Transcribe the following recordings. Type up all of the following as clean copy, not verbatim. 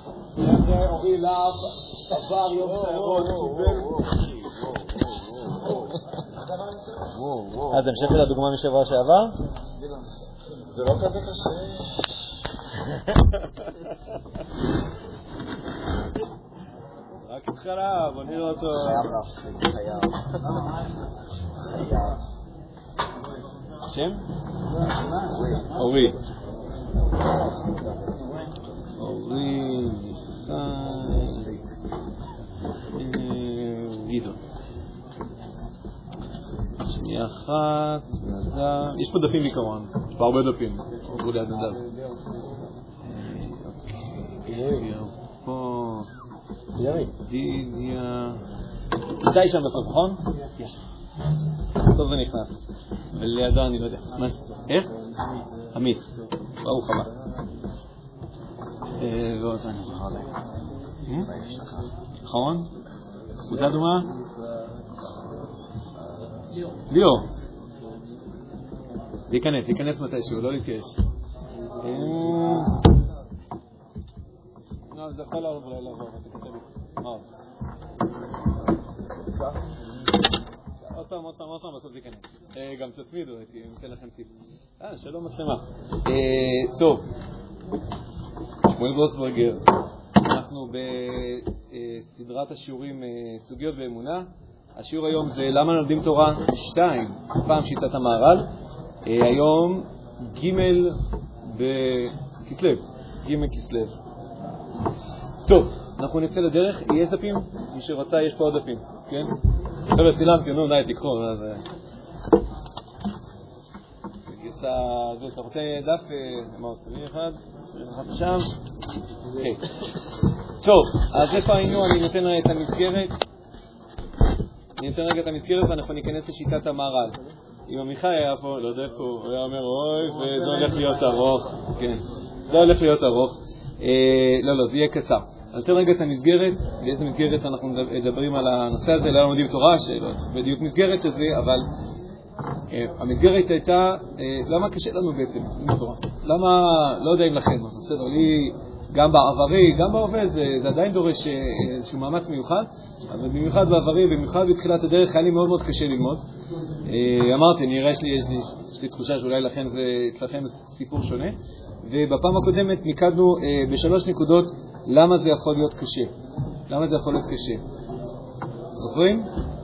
אורי להב עבר יום סערות, קיבל... זה המשך לדוגמה משבוע שעבר? זה לא כזה קשה. רק התחלה, בוא נראה אותו. חייב להפסיק, חייב. שם? אורי. אורי, גדעון. שנייה אחת, נדב. יש פה דפים בעיקרון, יש פה הרבה דפים. עברו ליד נדב. אוקיי, פה. דידיה. איתי שם בסוף, נכון? כן. טוב זה נכנס. ולידו אני לא יודע. איך? עמית. ברוך הבא. ועוד אני זוכר עליי. נכון? קבוצה דומה? ליאור. להיכנס מתישהו, לא להתייאש. זה יכול לעבור, אתה כתב לי. מה? עוד פעם, בסוף זה ייכנס. גם תצמידו אותי, אני אתן לכם טיפ. שלום מצלמה. טוב. שמואל גרוסברגר. אנחנו בסדרת השיעורים סוגיות באמונה. השיעור היום זה למה לומדים תורה 2, פעם שיטת המהר"ל. היום ג' בכסלו. ג' כסלו. טוב, אנחנו נצא לדרך. יש דפים? מי שרצה, יש פה עוד דפים. כן? חבר'ה, צילמתי, נו, די, תיקחו. אתה רוצה דף? מה עושה? אחד שם. טוב, אז איפה היינו? אני נותן את המסגרת. ואנחנו ניכנס לשיטת המהר"ל. אם עמיחי היה פה, לא יודע איפה, הוא היה אומר, אוי, וזה הולך להיות ארוך. כן, זה הולך להיות ארוך. לא, זה יהיה קצר. אז נותן רגע את המסגרת, באיזה מסגרת אנחנו מדברים על הנושא הזה, לא לומדים תורה, שלא בדיוק מסגרת של זה, אבל המסגרת הייתה, למה קשה לנו בעצם ללמוד תורה? למה, לא יודע אם לכם, בסדר, לי גם בעברי, גם בהווה, זה עדיין דורש איזשהו מאמץ מיוחד, אבל במיוחד בעברי, במיוחד בתחילת הדרך, היה לי מאוד מאוד קשה ללמוד. אמרתי, נראה יש לי תחושה שאולי לכם זה סיפור שונה, ובפעם הקודמת ניקדנו בשלוש נקודות למה זה יכול להיות קשה. למה זה יכול להיות קשה? זוכרים?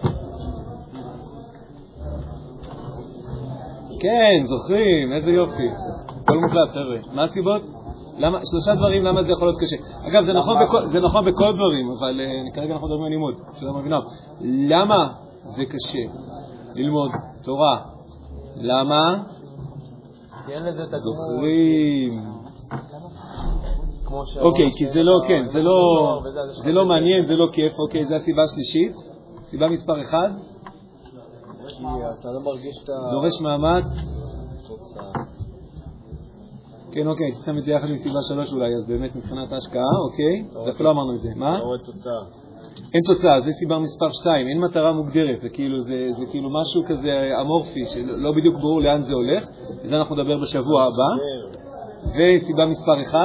כן, זוכרים, איזה יופי. כל מוחלט, חבר'ה. מה הסיבות? שלושה דברים למה זה יכול להיות קשה. אגב, זה נכון בכל דברים, אבל כרגע אנחנו מדברים על לימוד, שלא מבינה. למה זה קשה ללמוד תורה? למה? זוכרים. אוקיי, כי זה לא, כן, זה לא מעניין, זה לא כיף. אוקיי, זה הסיבה השלישית. סיבה מספר 1. כי אתה לא מרגיש את ה... דורש מאמץ. כן, אוקיי, תשם את זה יחד עם סיבה 3 אולי, אז באמת מבחינת ההשקעה, אוקיי? דווקא לא אמרנו את זה. מה? לא רואה תוצאה. אין תוצאה, זה סיבה מספר 2, אין מטרה מוגדרת, זה כאילו משהו כזה אמורפי, שלא בדיוק ברור לאן זה הולך, וזה אנחנו נדבר בשבוע הבא. וסיבה מספר 1?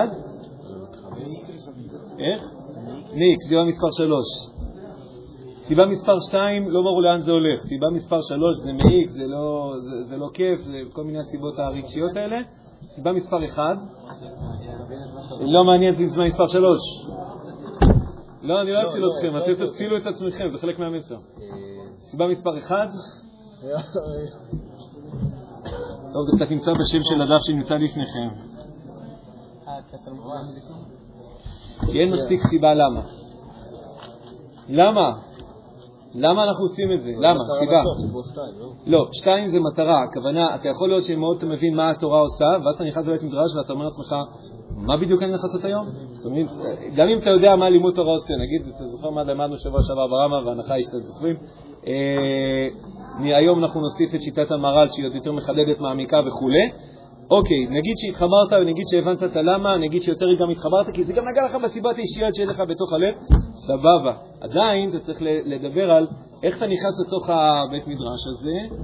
איך? ניק, סיבה מספר 3. סיבה מספר 2, לא ברור לאן זה הולך. סיבה מספר 3 זה מעיק, זה לא כיף, זה כל מיני הסיבות הרגשיות האלה. סיבה מספר 1, לא מעניין, זה סיבה מספר 3. לא, אני לא אציל אתכם, אתם תצילו את עצמכם, זה חלק מהמסר. סיבה מספר 1. טוב, זה קצת נמצא בשם של הדף שנמצא לפניכם. כי אין מספיק סיבה למה. למה אנחנו עושים את זה? למה? סיבה. לא, 2 זה מטרה. הכוונה, אתה יכול להיות שמאוד אתה מבין מה התורה עושה, ואז אתה נכנס לבית מדרש ואתה אומר לעצמך, מה בדיוק אני נכנס היום? גם אם אתה יודע מה לימוד תורה עושה, נגיד, אתה זוכר מה למדנו שבוע שעבר ברמה, והנחה היא שאתה זוכרים. היום אנחנו נוסיף את שיטת המהר"ל, שהיא עוד יותר מחדדת, מעמיקה וכו'. אוקיי, נגיד שהתחברת ונגיד שהבנת את הלמה, נגיד שיותר גם התחברת, כי זה גם נגע לך בסיבות האישיות שיש לך בתוך הלב, סבבה. עדיין אתה צריך לדבר על איך אתה נכנס לתוך הבית מדרש הזה,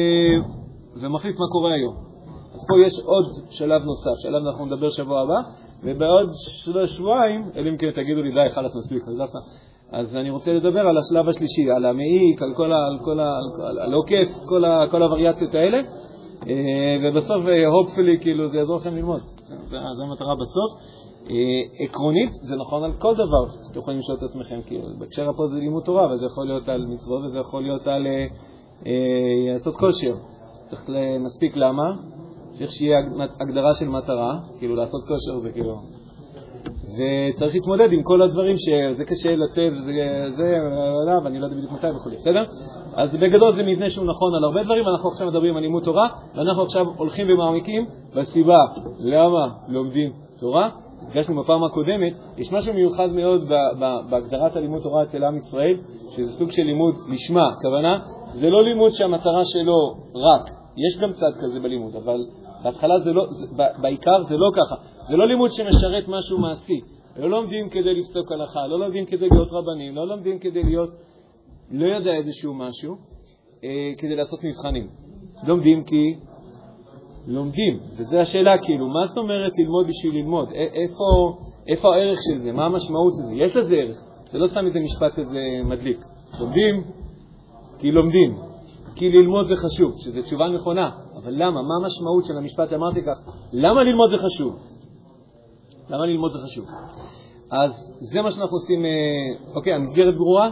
ומחליט מה קורה היום. אז פה יש עוד שלב נוסף, שלב אנחנו נדבר שבוע הבא, ובעוד שבועיים, אלא אם כן תגידו לי, די, חלס מספיק, אז אני רוצה לדבר על השלב השלישי, על המעיק, על עוקף, כל הווריאציות האלה, ובסוף, hopefully, כאילו, זה יעזור לכם ללמוד. זו המטרה בסוף. עקרונית, זה נכון על כל דבר שאתם יכולים לשאול את עצמכם, כאילו, בהקשר פה זה לימוד תורה, וזה יכול להיות על מצוות, וזה יכול להיות על לעשות כושר. צריך מספיק למה? צריך שיהיה הגדרה של מטרה, כאילו לעשות כושר זה כאילו. וצריך להתמודד עם כל הדברים שזה קשה לצאת, ואני לא יודע בדיוק מתי וכו'. בסדר? אז בגדול זה מבנה שהוא נכון על הרבה דברים, אנחנו עכשיו מדברים על לימוד תורה, ואנחנו עכשיו הולכים ומעמיקים בסיבה למה לומדים תורה. הגשנו בפעם הקודמת, יש משהו מיוחד מאוד בהגדרת הלימוד תורה אצל עם ישראל, שזה סוג של לימוד לשמה, הכוונה, זה לא לימוד שהמטרה שלו רק, יש גם צד כזה בלימוד, אבל בהתחלה זה לא, בעיקר זה לא ככה, זה לא לימוד שמשרת משהו מעשי, לא לומדים כדי לפסוק הלכה, לא לומדים כדי להיות רבנים, לא לומדים כדי להיות, לא יודע איזשהו משהו, כדי לעשות מבחנים, לומדים כי לומדים, וזו השאלה כאילו, מה זאת אומרת ללמוד בשביל ללמוד? איפה הערך של זה? מה המשמעות של זה? יש לזה ערך, זה לא סתם איזה משפט כזה מדליק. לומדים כי לומדים, כי ללמוד זה חשוב, שזו תשובה נכונה, אבל למה? מה המשמעות של המשפט שאמרתי כך? למה ללמוד זה חשוב? למה ללמוד זה חשוב? אז זה מה שאנחנו עושים, אוקיי, המסגרת ברורה?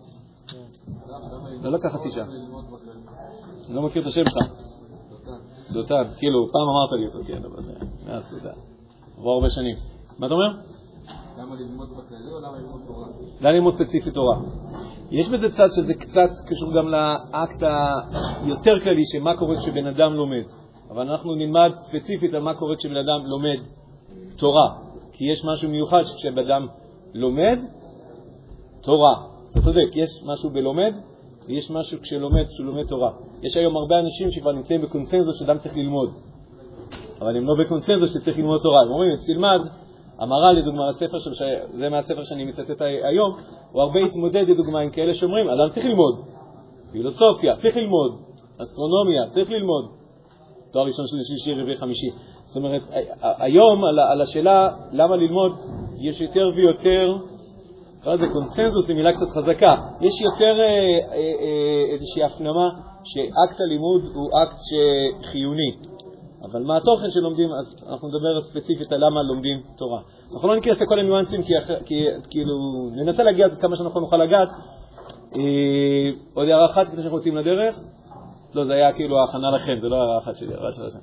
לא לקח חצי שעה. אני לא מכיר את השם שלך. דותן, כאילו, פעם אמרת לי אותו, כן, אבל מאז, תודה. עבור הרבה שנים. מה אתה אומר? למה ללמוד בכללי או למה ללמוד תורה? למה ללמוד ספציפית תורה? יש בזה צד שזה קצת קשור גם לאקט היותר כללי של מה קורה כשבן אדם לומד. אבל אנחנו נלמד ספציפית על מה קורה כשבן אדם לומד תורה. כי יש משהו מיוחד כשבן אדם לומד תורה. אתה צודק, יש משהו בלומד, ויש משהו כשהוא לומד תורה. יש היום הרבה אנשים שכבר נמצאים בקונסנזוס שאדם צריך ללמוד. אבל הם לא בקונסנזוס שצריך ללמוד תורה. הם אומרים, תלמד, המהר"ל לדוגמה, הספר שלו, זה מהספר שאני מצטט היום, הוא הרבה התמודד לדוגמה עם כאלה שאומרים, אדם צריך ללמוד. פילוסופיה, צריך ללמוד. אסטרונומיה, צריך ללמוד. תואר ראשון שלישי, רביעי, חמישי. זאת אומרת, היום על השאלה למה ללמוד, יש יותר ויותר, זה קונסנזוס, זו מילה קצת חזקה. יש יותר איזושהי הפנמה שאקט הלימוד הוא אקט חיוני. אבל מה התוכן שלומדים, אז אנחנו נדבר ספציפית על למה לומדים תורה. אנחנו לא נכנס לכל הניואנסים, כי כאילו ננסה להגיע עד כמה שאנחנו נוכל לגעת. עוד הערה אחת כדי שאנחנו רוצים לדרך? לא, זה היה כאילו ההכנה לכם, זה לא הערה אחת שלי, הערה שלכם.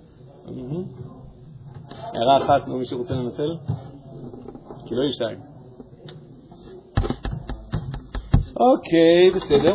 הערה אחת, מי שרוצה לנצל? כי לא ישתיים. אוקיי, בסדר.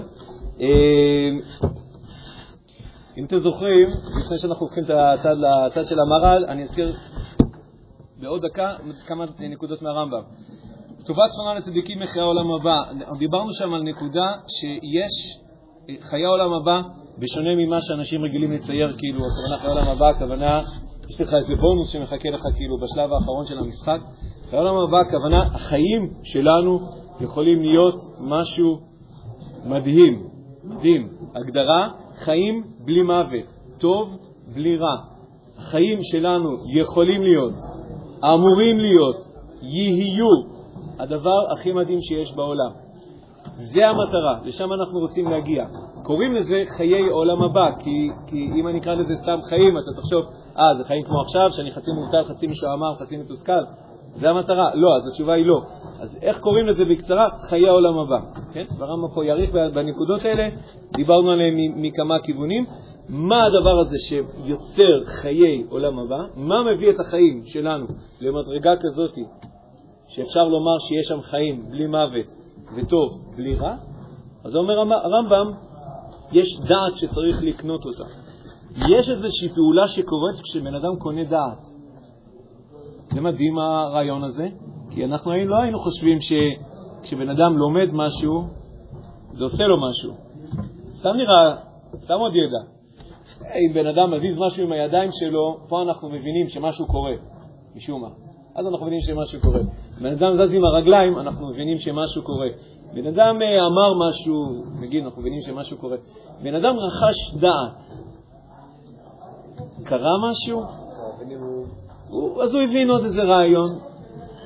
אם אתם זוכרים, לפני שאנחנו הופכים את הצד של המהר"ל, אני אזכיר בעוד דקה כמה נקודות מהרמב"ם. כתובת שכונה לצדיקים מחיי העולם הבא. דיברנו שם על נקודה שיש חיי העולם הבא, בשונה ממה שאנשים רגילים לצייר, כאילו, הכוונה חיי העולם הבא, הכוונה, יש לך איזה בונוס שמחכה לך כאילו בשלב האחרון של המשחק. חיי העולם הבא, הכוונה, החיים שלנו יכולים להיות משהו מדהים, מדהים. הגדרה, חיים בלי מוות, טוב בלי רע. החיים שלנו יכולים להיות, אמורים להיות, יהיו הדבר הכי מדהים שיש בעולם. זה המטרה, לשם אנחנו רוצים להגיע. קוראים לזה חיי עולם הבא, כי אם אני אקרא לזה סתם חיים, אתה תחשוב, זה חיים כמו עכשיו, שאני חצי מובטל, חצי משועמם, חצי מתוסכל. זה המטרה. לא, אז התשובה היא לא. אז איך קוראים לזה בקצרה? חיי העולם הבא. כן? והרמב"ם פה יאריך בנקודות האלה, דיברנו עליהם מכמה כיוונים. מה הדבר הזה שיוצר חיי עולם הבא? מה מביא את החיים שלנו למדרגה כזאת שאפשר לומר שיש שם חיים בלי מוות וטוב בלי רע? אז אומר הרמב"ם, יש דעת שצריך לקנות אותה. יש איזושהי פעולה שקורית כשבן אדם קונה דעת. זה מדהים הרעיון הזה, כי אנחנו לא היינו חושבים שכשבן אדם לומד משהו, זה עושה לו משהו. סתם נראה, סתם עוד ידע. אם בן אדם מזיז משהו עם הידיים שלו, פה אנחנו מבינים שמשהו קורה, משום מה. אז אנחנו מבינים שמשהו קורה. בן אדם זז עם הרגליים, אנחנו מבינים שמשהו קורה. בן אדם אמר משהו, נגיד, אנחנו מבינים שמשהו קורה. בן אדם רכש דעת. קרה משהו? אז הוא הבין עוד איזה רעיון,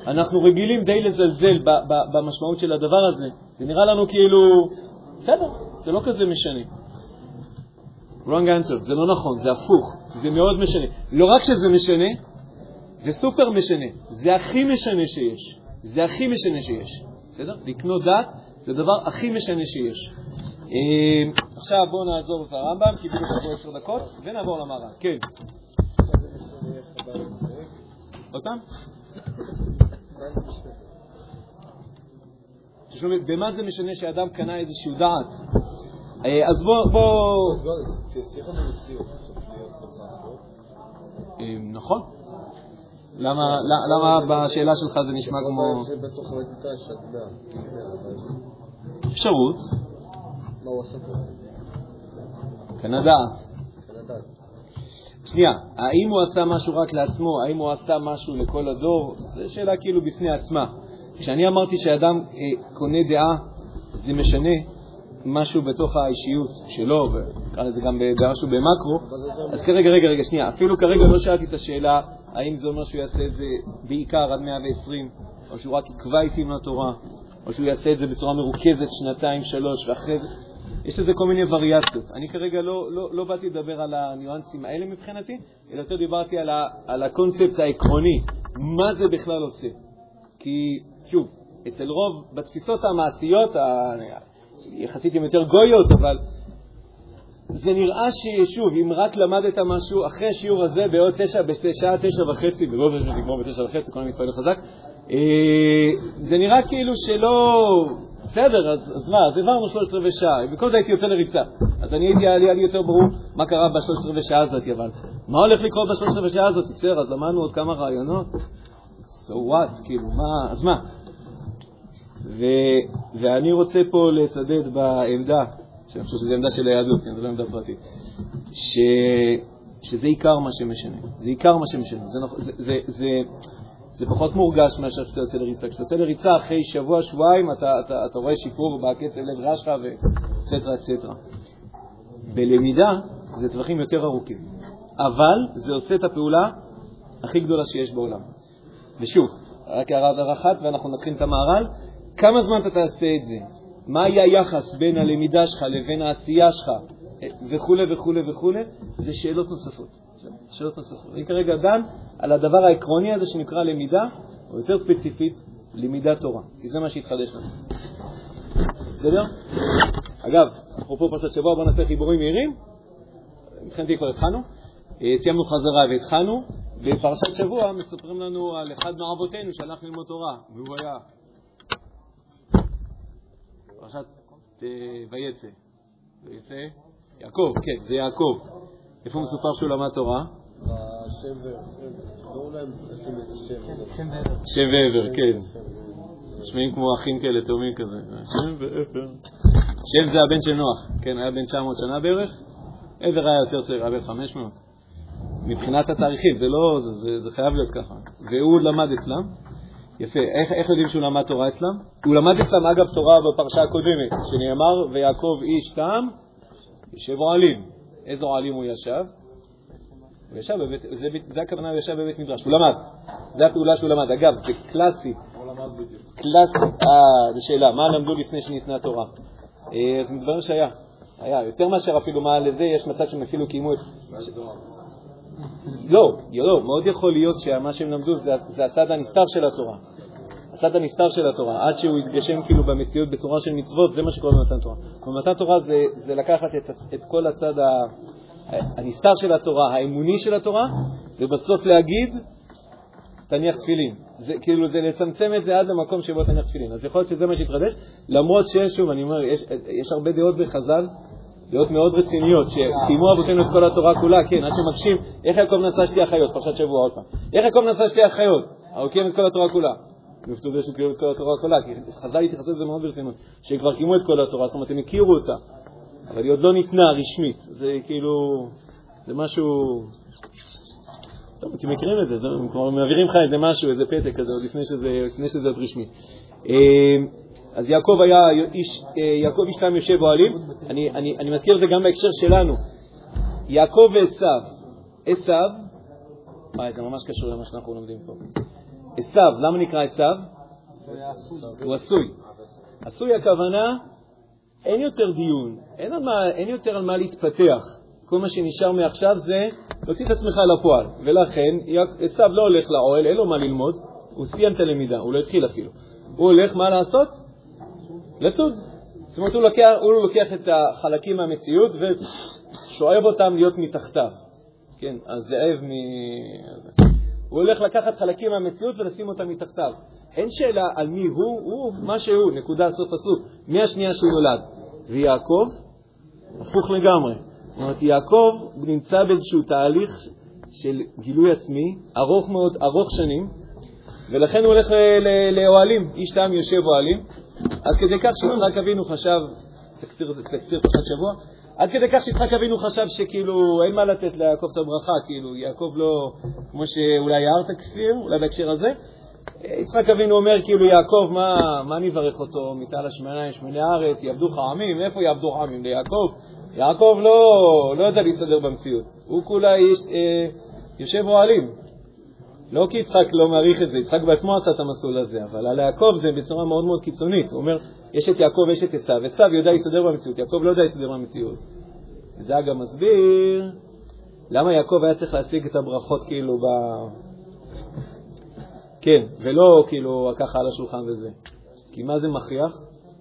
אנחנו רגילים די לזלזל במשמעות של הדבר הזה. זה נראה לנו כאילו, בסדר, זה לא כזה משנה. wrong answer, זה לא נכון, זה הפוך, זה מאוד משנה. לא רק שזה משנה, זה סופר משנה, זה הכי משנה שיש. זה הכי משנה שיש. בסדר? לקנות דת זה הדבר הכי משנה שיש. עכשיו בואו נעזור את הרמב"ם, כי בדיוק עברו 10 דקות, ונעבור למהר"ל. כן. עוד פעם? במה זה משנה שאדם קנה איזשהו דעת? אז בוא... נכון. למה בשאלה שלך זה נשמע כמו... אפשרות. מה הוא עשה פה? קנה דעת. שנייה, האם הוא עשה משהו רק לעצמו, האם הוא עשה משהו לכל הדור, זו שאלה כאילו בפני עצמה. כשאני אמרתי שאדם קונה דעה, זה משנה משהו בתוך האישיות שלו, וקרא לזה גם משהו במקרו, אז רגע, שנייה, אפילו כרגע לא שאלתי את השאלה, האם זה אומר שהוא יעשה את זה בעיקר עד 120, או שהוא רק יקבע איתים לתורה, או שהוא יעשה את זה בצורה מרוכזת 2-3, ואחרי זה... יש לזה כל מיני וריאציות. אני כרגע לא באתי לדבר על הניואנסים האלה מבחינתי, אלא יותר דיברתי על הקונספט העקרוני, מה זה בכלל עושה. כי, שוב, אצל רוב, בתפיסות המעשיות, יחסית הן יותר גויות, אבל זה נראה ששוב, אם רק למדת משהו, אחרי השיעור הזה, בעוד בשעה 9:30, ברוב יש לגמור ב9:30, כל המתפעל חזק, זה נראה כאילו שלא... בסדר, אז מה? אז עברנו 3/4 שעה, וכל זה הייתי יוצא לריצה. אז היה לי יותר ברור מה קרה ב3/4 שעה הזאת, אבל מה הולך לקרות ב3/4 שעה הזאת? בסדר, אז למדנו עוד כמה רעיונות. So what? כאילו, מה? אז מה? ואני רוצה פה לצדד בעמדה, שאני חושב שזו עמדה של היהדות, זו לא עמדה פרטית, שזה עיקר מה שמשנה. זה עיקר מה שמשנה. זה פחות מורגש מאשר כשאתה יוצא לריצה. כשאתה יוצא לריצה אחרי שבוע-שבועיים אתה רואה שיפור בקצב לב רשך וצטרה. בלמידה זה טווחים יותר ארוכים. אבל זה עושה את הפעולה הכי גדולה שיש בעולם. ושוב, רק הערה אחת ואנחנו נתחיל את המהר"ל. כמה זמן אתה תעשה את זה? מה יהיה היחס בין הלמידה שלך לבין העשייה שלך וכו' וכו' וכו'? זה שאלות נוספות. שאלות נוספות. אני כרגע דן על הדבר העקרוני הזה שנקרא למידה, או יותר ספציפית, למידת תורה. כי זה מה שהתחדש לנו. בסדר? אגב, אפרופו פרשת שבוע, בוא נעשה חיבורים מהירים. מבחינתי כבר התחלנו. סיימנו חזרה והתחלנו. בפרשת שבוע מספרים לנו על אחד מאבותינו שהלך ללמוד תורה. והוא היה פרשת ויצא. ויצא? יעקב, כן, זה יעקב. איפה מסופר שהוא למד תורה? שם ועבר, כן. נשמעים כמו אחים כאלה, תאומים כזה. שם ועבר. שם זה הבן של נוח, כן, היה בן 900 שנה בערך. עבר היה יותר צעיר, היה בן 500. מבחינת התאריכים, זה חייב להיות ככה. והוא למד אצלם. יפה, איך יודעים שהוא למד תורה אצלם? הוא למד אצלם, אגב, תורה בפרשה הקודמת, שנאמר, ויעקב איש תם, ישב אוהלים. איזה אוהלים הוא ישב? הוא ישב בבית, זה הכוונה, הוא ישב בבית מדרש. הוא למד. זה הפעולה שהוא למד. אגב, זה קלאסי. הוא למד בדיוק. קלאסי. זו שאלה. מה למדו לפני שניתנה התורה? אז מדבר שהיה. היה. יותר מאשר אפילו מה לזה, יש מצב שהם אפילו קיימו את... לא. מאוד יכול להיות שמה שהם למדו זה הצד הנסתר של התורה. הצד הנסתר של התורה. עד שהוא יתגשם כאילו במציאות בצורה של מצוות, זה מה שקורה במתן תורה. במתן תורה זה לקחת את כל הצד הנסתר של התורה, האמוני של התורה, ובסוף להגיד, תניח תפילין. זה, כאילו, זה לצמצם את זה עד למקום שבו תניח תפילין. אז יכול להיות שזה מה שהתחדש, למרות ששוב, אני אומר, יש הרבה דעות בחז"ל, דעות מאוד רציניות, שקיימו אבותינו את כל התורה כולה, כן, עד שמקשים, איך יעקב נשא שתי אחיות, פרשת שבוע עוד פעם. איך יעקב נשא שתי אחיות? הוא קיים את כל התורה כולה. נפתו זה שהוא קיים את כל התורה כולה, כי חז"ל התייחסו לזה מאוד ברצינות, שכבר קיימו את כל התורה, זאת אומרת, הם הכירו אותה. אבל היא עוד לא ניתנה רשמית. זה כאילו, זה משהו... טוב, אתם מכירים את זה, הם כבר מעבירים לך איזה משהו, איזה פתק כזה, עוד לפני שזה עוד רשמי. אז יעקב איש תם יושב אוהלים. אני מזכיר את זה גם בהקשר שלנו. יעקב ועשיו. עשיו, זה ממש קשור למה שאנחנו לומדים פה. עשיו, למה נקרא עשיו? הוא עשוי. עשוי הכוונה, אין יותר דיון, אין יותר על מה להתפתח. כל מה שנשאר מעכשיו זה להוציא את עצמך לפועל. ולכן, עשיו לא הולך לאוהל, אין לו מה ללמוד, הוא סיים את הלמידה, הוא לא התחיל אפילו. הוא הולך מה לעשות? לצוד. זאת אומרת, הוא לוקח את החלקים מהמציאות ושואב אותם להיות מתחתיו. כן, הזאב הוא הולך לקחת חלקים מהמציאות ולשים אותם מתחתיו. אין שאלה על מי הוא מה שהוא, נקודה סוף הסוף, מהשנייה שהוא נולד. ויעקב, הפוך לגמרי. זאת אומרת, יעקב נמצא באיזשהו תהליך של גילוי עצמי, ארוך מאוד, ארוך שנים, ולכן הוא הולך לאוהלים, איש תם יושב אוהלים, עד כדי כך שיצחק אבינו חשב, תקציר פרשת שבוע, עד כדי כך שיצחק אבינו חשב שכאילו אין מה לתת ליעקב את הברכה, כאילו יעקב לא, כמו שאולי הערת כפיר, אולי בהקשר הזה, יצחק אבינו אומר כאילו יעקב, מה נברך אותו? מתעל השמונה, שמונה הארץ, יעבדו חעמים, איפה יעבדו חעמים? ליעקב? יעקב לא יודע להסתדר במציאות, הוא כולה יושב אוהלים. לא כי יצחק לא מעריך את זה, יצחק בעצמו עשה את המסלול הזה, אבל על יעקב זה בצורה מאוד מאוד קיצונית. הוא אומר, יש את יעקב ויש את עשיו, עשיו יודע להסתדר במציאות, יעקב לא יודע להסתדר במציאות. וזה גם מסביר למה יעקב היה צריך להשיג את הברכות כאילו כן, ולא כאילו ככה על השולחן וזה. כי מה זה מכריח?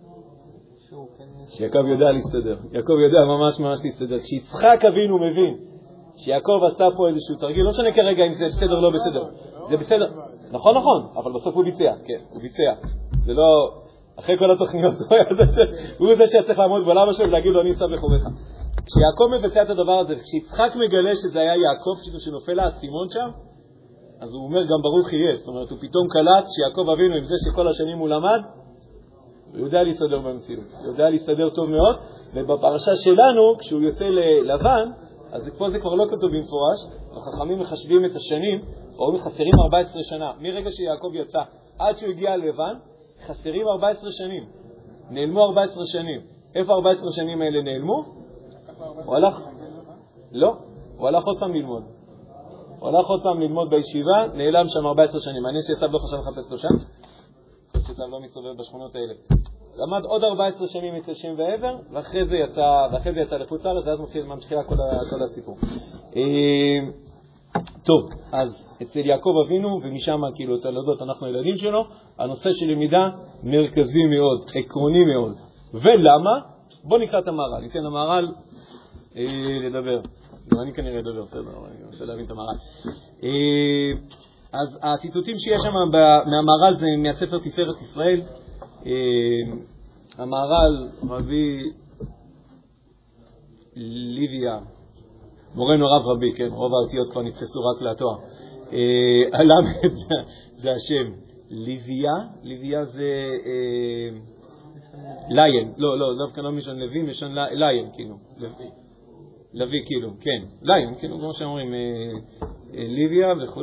שיעקב יודע להסתדר. יעקב יודע ממש להסתדר. כשיצחק אבינו מבין שיעקב עשה פה איזשהו תרגיל, לא משנה כרגע אם זה בסדר או לא בסדר. זה בסדר. נכון, אבל בסוף הוא ביצע. כן, הוא ביצע. זה לא, אחרי כל התוכניות, הוא זה שצריך לעמוד בעולם השם ולהגיד לו אני אסב לחובך. כשיעקב מבצע את הדבר הזה, כשיצחק מגלה שזה היה יעקב שנופל לאסימון שם, אז הוא אומר גם ברוך יהיה. זאת אומרת, הוא פתאום קלט שיעקב אבינו עם זה שכל השנים הוא למד, הוא יודע להסתדר במציאות. הוא יודע להסתדר טוב מאוד, ובפרשה שלנו, כשהוא יוצא ללבן, אז פה זה כבר לא כתוב במפורש, החכמים מחשבים את השנים, או חסרים 14 שנה. מרגע שיעקב יצא עד שהוא הגיע ללבן, חסרים 14 שנים. נעלמו 14 שנים. איפה 14 שנים האלה נעלמו? הוא הלך? לא, הוא הלך עוד פעם ללמוד. הוא הלך עוד פעם ללמוד בישיבה, נעלם שם 14 שנים. מעניין שיצב לא חשב לחפש לו שם. שיצב לא מסתובב בשכונות האלה. למד עוד 14 שנים אצל שם ועבר, ואחרי זה יצא לחוץ לארץ, ואז ממשיכה כל הסיפור. טוב, אז אצל יעקב אבינו, ומשם כאילו את הילדות, אנחנו הילדים שלו, הנושא של למידה מרכזי מאוד, עקרוני מאוד. ולמה? בוא נקרא את המהר"ל, ניתן למהר"ל לדבר. גם אני כנראה לדבר, בסדר, אני רוצה להבין את המהר"ל. אז הציטוטים שיש שם מהמהר"ל זה מהספר תפארת ישראל. המהר"ל רבי ליביה, מורנו הרב רבי, כן, רוב האותיות כבר נתפסו רק לתואר. הלמד זה השם. ליביה זה ליין, לא, דווקא לא משון לוי, משון ליין, כאילו. לוי, כאילו, כן. ליין, כאילו, כמו שאומרים, ליביה וכו'.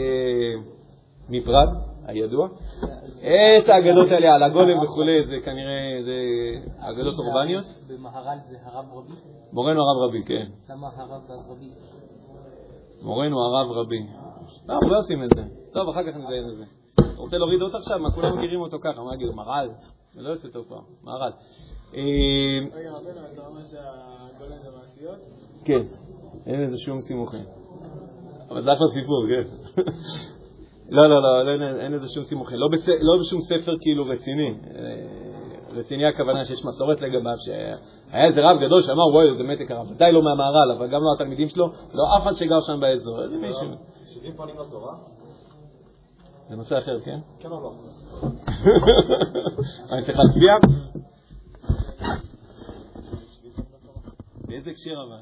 מפרד, הידוע. את האגדות האלה על הגולם וכו', זה כנראה, זה אגדות אורבניות. במהר"ל זה הרב רבי? מורנו הרב רבי, כן. למה הרב רבי? מורנו הרב רבי. אנחנו לא עושים את זה. טוב, אחר כך נזיין את זה. אתה רוצה להוריד אותו עכשיו? מה, כולם מכירים אותו ככה, מה אגיד? מר"ל? זה לא יוצא טוב פעם, מר"ל. רגע, רבנו, אתה אומר שהגולם זה מעשיות? כן, אין איזה שום סימוכים. אבל זה אחלה סיפור, כן. לא, אין איזה שום סימוכים. לא בשום ספר כאילו רציני. רציני הכוונה שיש מסורת לגביו, שהיה איזה רב גדול שאמר, וואי, זה מתק הרב. די לא מהמהר"ל, אבל גם לא התלמידים שלו, לא אף אחד שגר שם באזור. איזה מישהו. 70 פנים לתורה? זה נושא אחר, כן? כן או לא? אני צריך להצביע? באיזה הקשר אבל?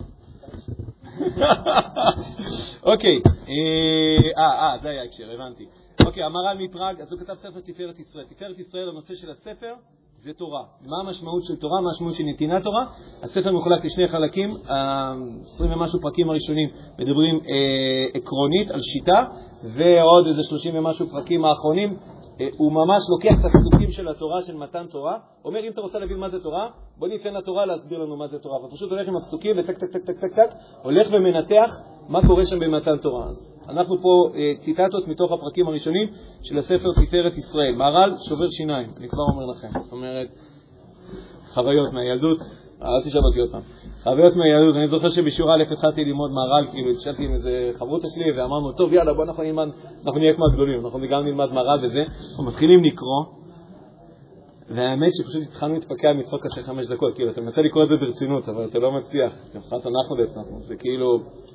אוקיי, זה היה הקשר, הבנתי. אוקיי, המהר"ל מפראג, אז הוא כתב ספר תפארת ישראל. תפארת ישראל, הנושא של הספר זה תורה. מה המשמעות של תורה? מה המשמעות של נתינת תורה? הספר מחולק לשני חלקים, 20 ומשהו פרקים הראשונים מדברים עקרונית על שיטה, ועוד איזה 30 ומשהו פרקים האחרונים, הוא ממש לוקח את הפסוקים של התורה, של מתן תורה, אומר אם אתה רוצה להבין מה זה תורה, בוא ניתן לתורה להסביר לנו מה זה תורה, ופשוט הולך עם הפסוקים וטק טק טק טק טק טק, הולך ומנתח מה קורה שם במתן תורה. אז אנחנו פה ציטטות מתוך הפרקים הראשונים של הספר תפארת ישראל. מהר"ל שובר שיניים, אני כבר אומר לכם. זאת אומרת, חוויות מהילדות, אל תשאל אותי עוד פעם. חוויות מהילדות, אני זוכר שבשיעור א' התחלתי ללמוד מהר"ל, כאילו התשאלתי עם איזה חברות שלי ואמרנו, טוב יאללה בוא אנחנו נהיה כמו הגדולים, אנחנו גם נלמד מהר"ל וזה. אנחנו מתחילים לקרוא, והאמת שפשוט התחלנו להתפקע מצחוק אחרי 5 דקות, כאילו אתה מנסה לקרוא את זה ברצינות, אבל אתה לא מצליח, מבחינת אנחנו לעצמנו, זה כאילו...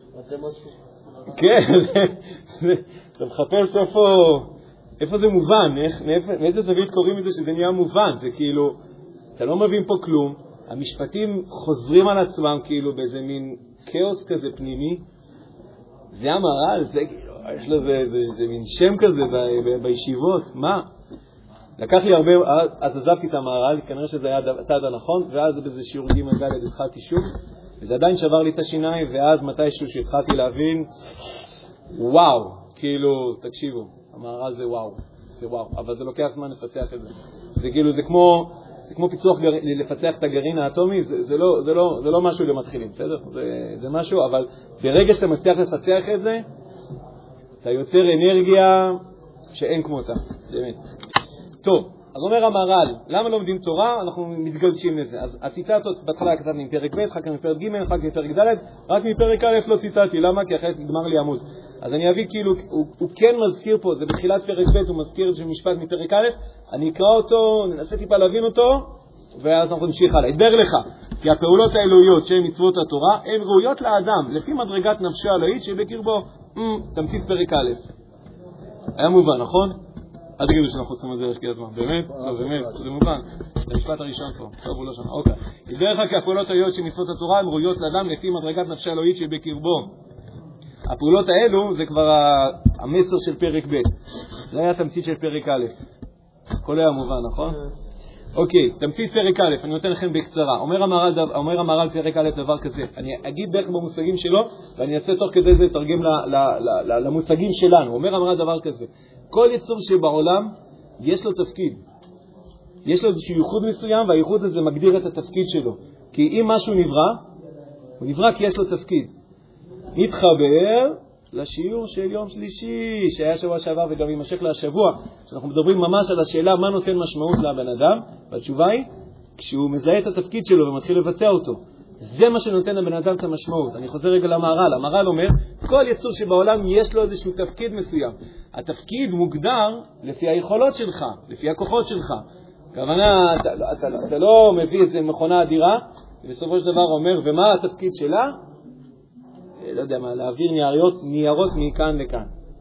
כן, אתה מחפש איפה זה מובן, מאיזה זווית קוראים את זה שזה נהיה מובן, זה כאילו, אתה לא מבין פה כלום, המשפטים חוזרים על עצמם כאילו באיזה מין כאוס כזה פנימי, זה המהר"ל, זה כאילו, יש לו זה מין שם כזה בישיבות, מה? לקח לי הרבה, אז עזבתי את המהר"ל, כנראה שזה היה הצעד הנכון, ואז באיזה שיעור ג' ד' התחלתי שוב, וזה עדיין שבר לי את השיניים, ואז מתישהו שהתחלתי להבין, וואו, כאילו, תקשיבו, המהר"ל זה וואו, זה וואו, אבל זה לוקח זמן לפצח את זה. זה כאילו, זה כמו פיצוח לפצח את הגרעין האטומי, זה לא משהו למתחילים, בסדר? זה משהו, אבל ברגע שאתה מצליח לפצח את זה, אתה יוצר אנרגיה שאין כמותה, באמת. טוב, אז אומר המהר"ל, למה לומדים תורה? אנחנו מתגלשים לזה. אז הציטטות בהתחלה כתבתי מפרק ב', אחר כך מפרק ג', אחר כך מפרק ד', רק מפרק א' לא ציטטתי. למה? כי אחרת נגמר לי עמוד. אז אני אביא כאילו, הוא כן מזכיר פה, זה בתחילת פרק ב', הוא מזכיר איזשהו משפט מפרק א', אני אקרא אותו, ננסה טיפה להבין אותו, ואז אנחנו נמשיך הלאה. ידבר לך, כי הפעולות האלוהיות שהן מצוות התורה, הן ראויות לאדם, לפי מדרגת נפשו האלוהית שבקרבו. תמצית פרק א'. היה מובן, נכון? אל תגידו שאנחנו עושים את זה להשקיע זמן. באמת? לא, באמת, זה מובן. זה המשפט הראשון פה. טוב, הוא לא שם. אוקיי. ידבר לך כי הפעולות האלוהיות של מצוות התורה הן ראויות לאדם לפי מדרגת נפשו האלוהית שבקרבו. הפעולות האלו זה כבר המסר של פרק ב'. זה היה תמצית של פרק א'. הכל היה מובן, נכון? אוקיי, תמצית פרק א', אני נותן לכם בקצרה. אומר המהר"ל פרק א' דבר כזה. אני אגיד בערך במושגים שלו, ואני אעשה תוך כדי זה תרגם למושגים שלנו. אומר המהר"ל דבר כזה. כל יצור שבעולם יש לו תפקיד. יש לו איזשהו ייחוד מסוים, והייחוד הזה מגדיר את התפקיד שלו. כי אם משהו נברא, הוא נברא כי יש לו תפקיד. נתחבר לשיעור של יום שלישי, שהיה שבוע שעבר וגם יימשך להשבוע, שאנחנו מדברים ממש על השאלה מה נותן משמעות לבן אדם, והתשובה היא, כשהוא מזהה את התפקיד שלו ומתחיל לבצע אותו. זה מה שנותן לבן אדם את המשמעות. אני חוזר רגע למהר"ל. המהר"ל אומר, כל יצור שבעולם יש לו איזשהו תפקיד מסוים. התפקיד מוגדר לפי היכולות שלך, לפי הכוחות שלך. כוונה, אתה לא מביא איזו מכונה אדירה, ובסופו של דבר אומר, ומה התפקיד שלה? לא יודע מה, להעביר ניירות מכאן לכאן.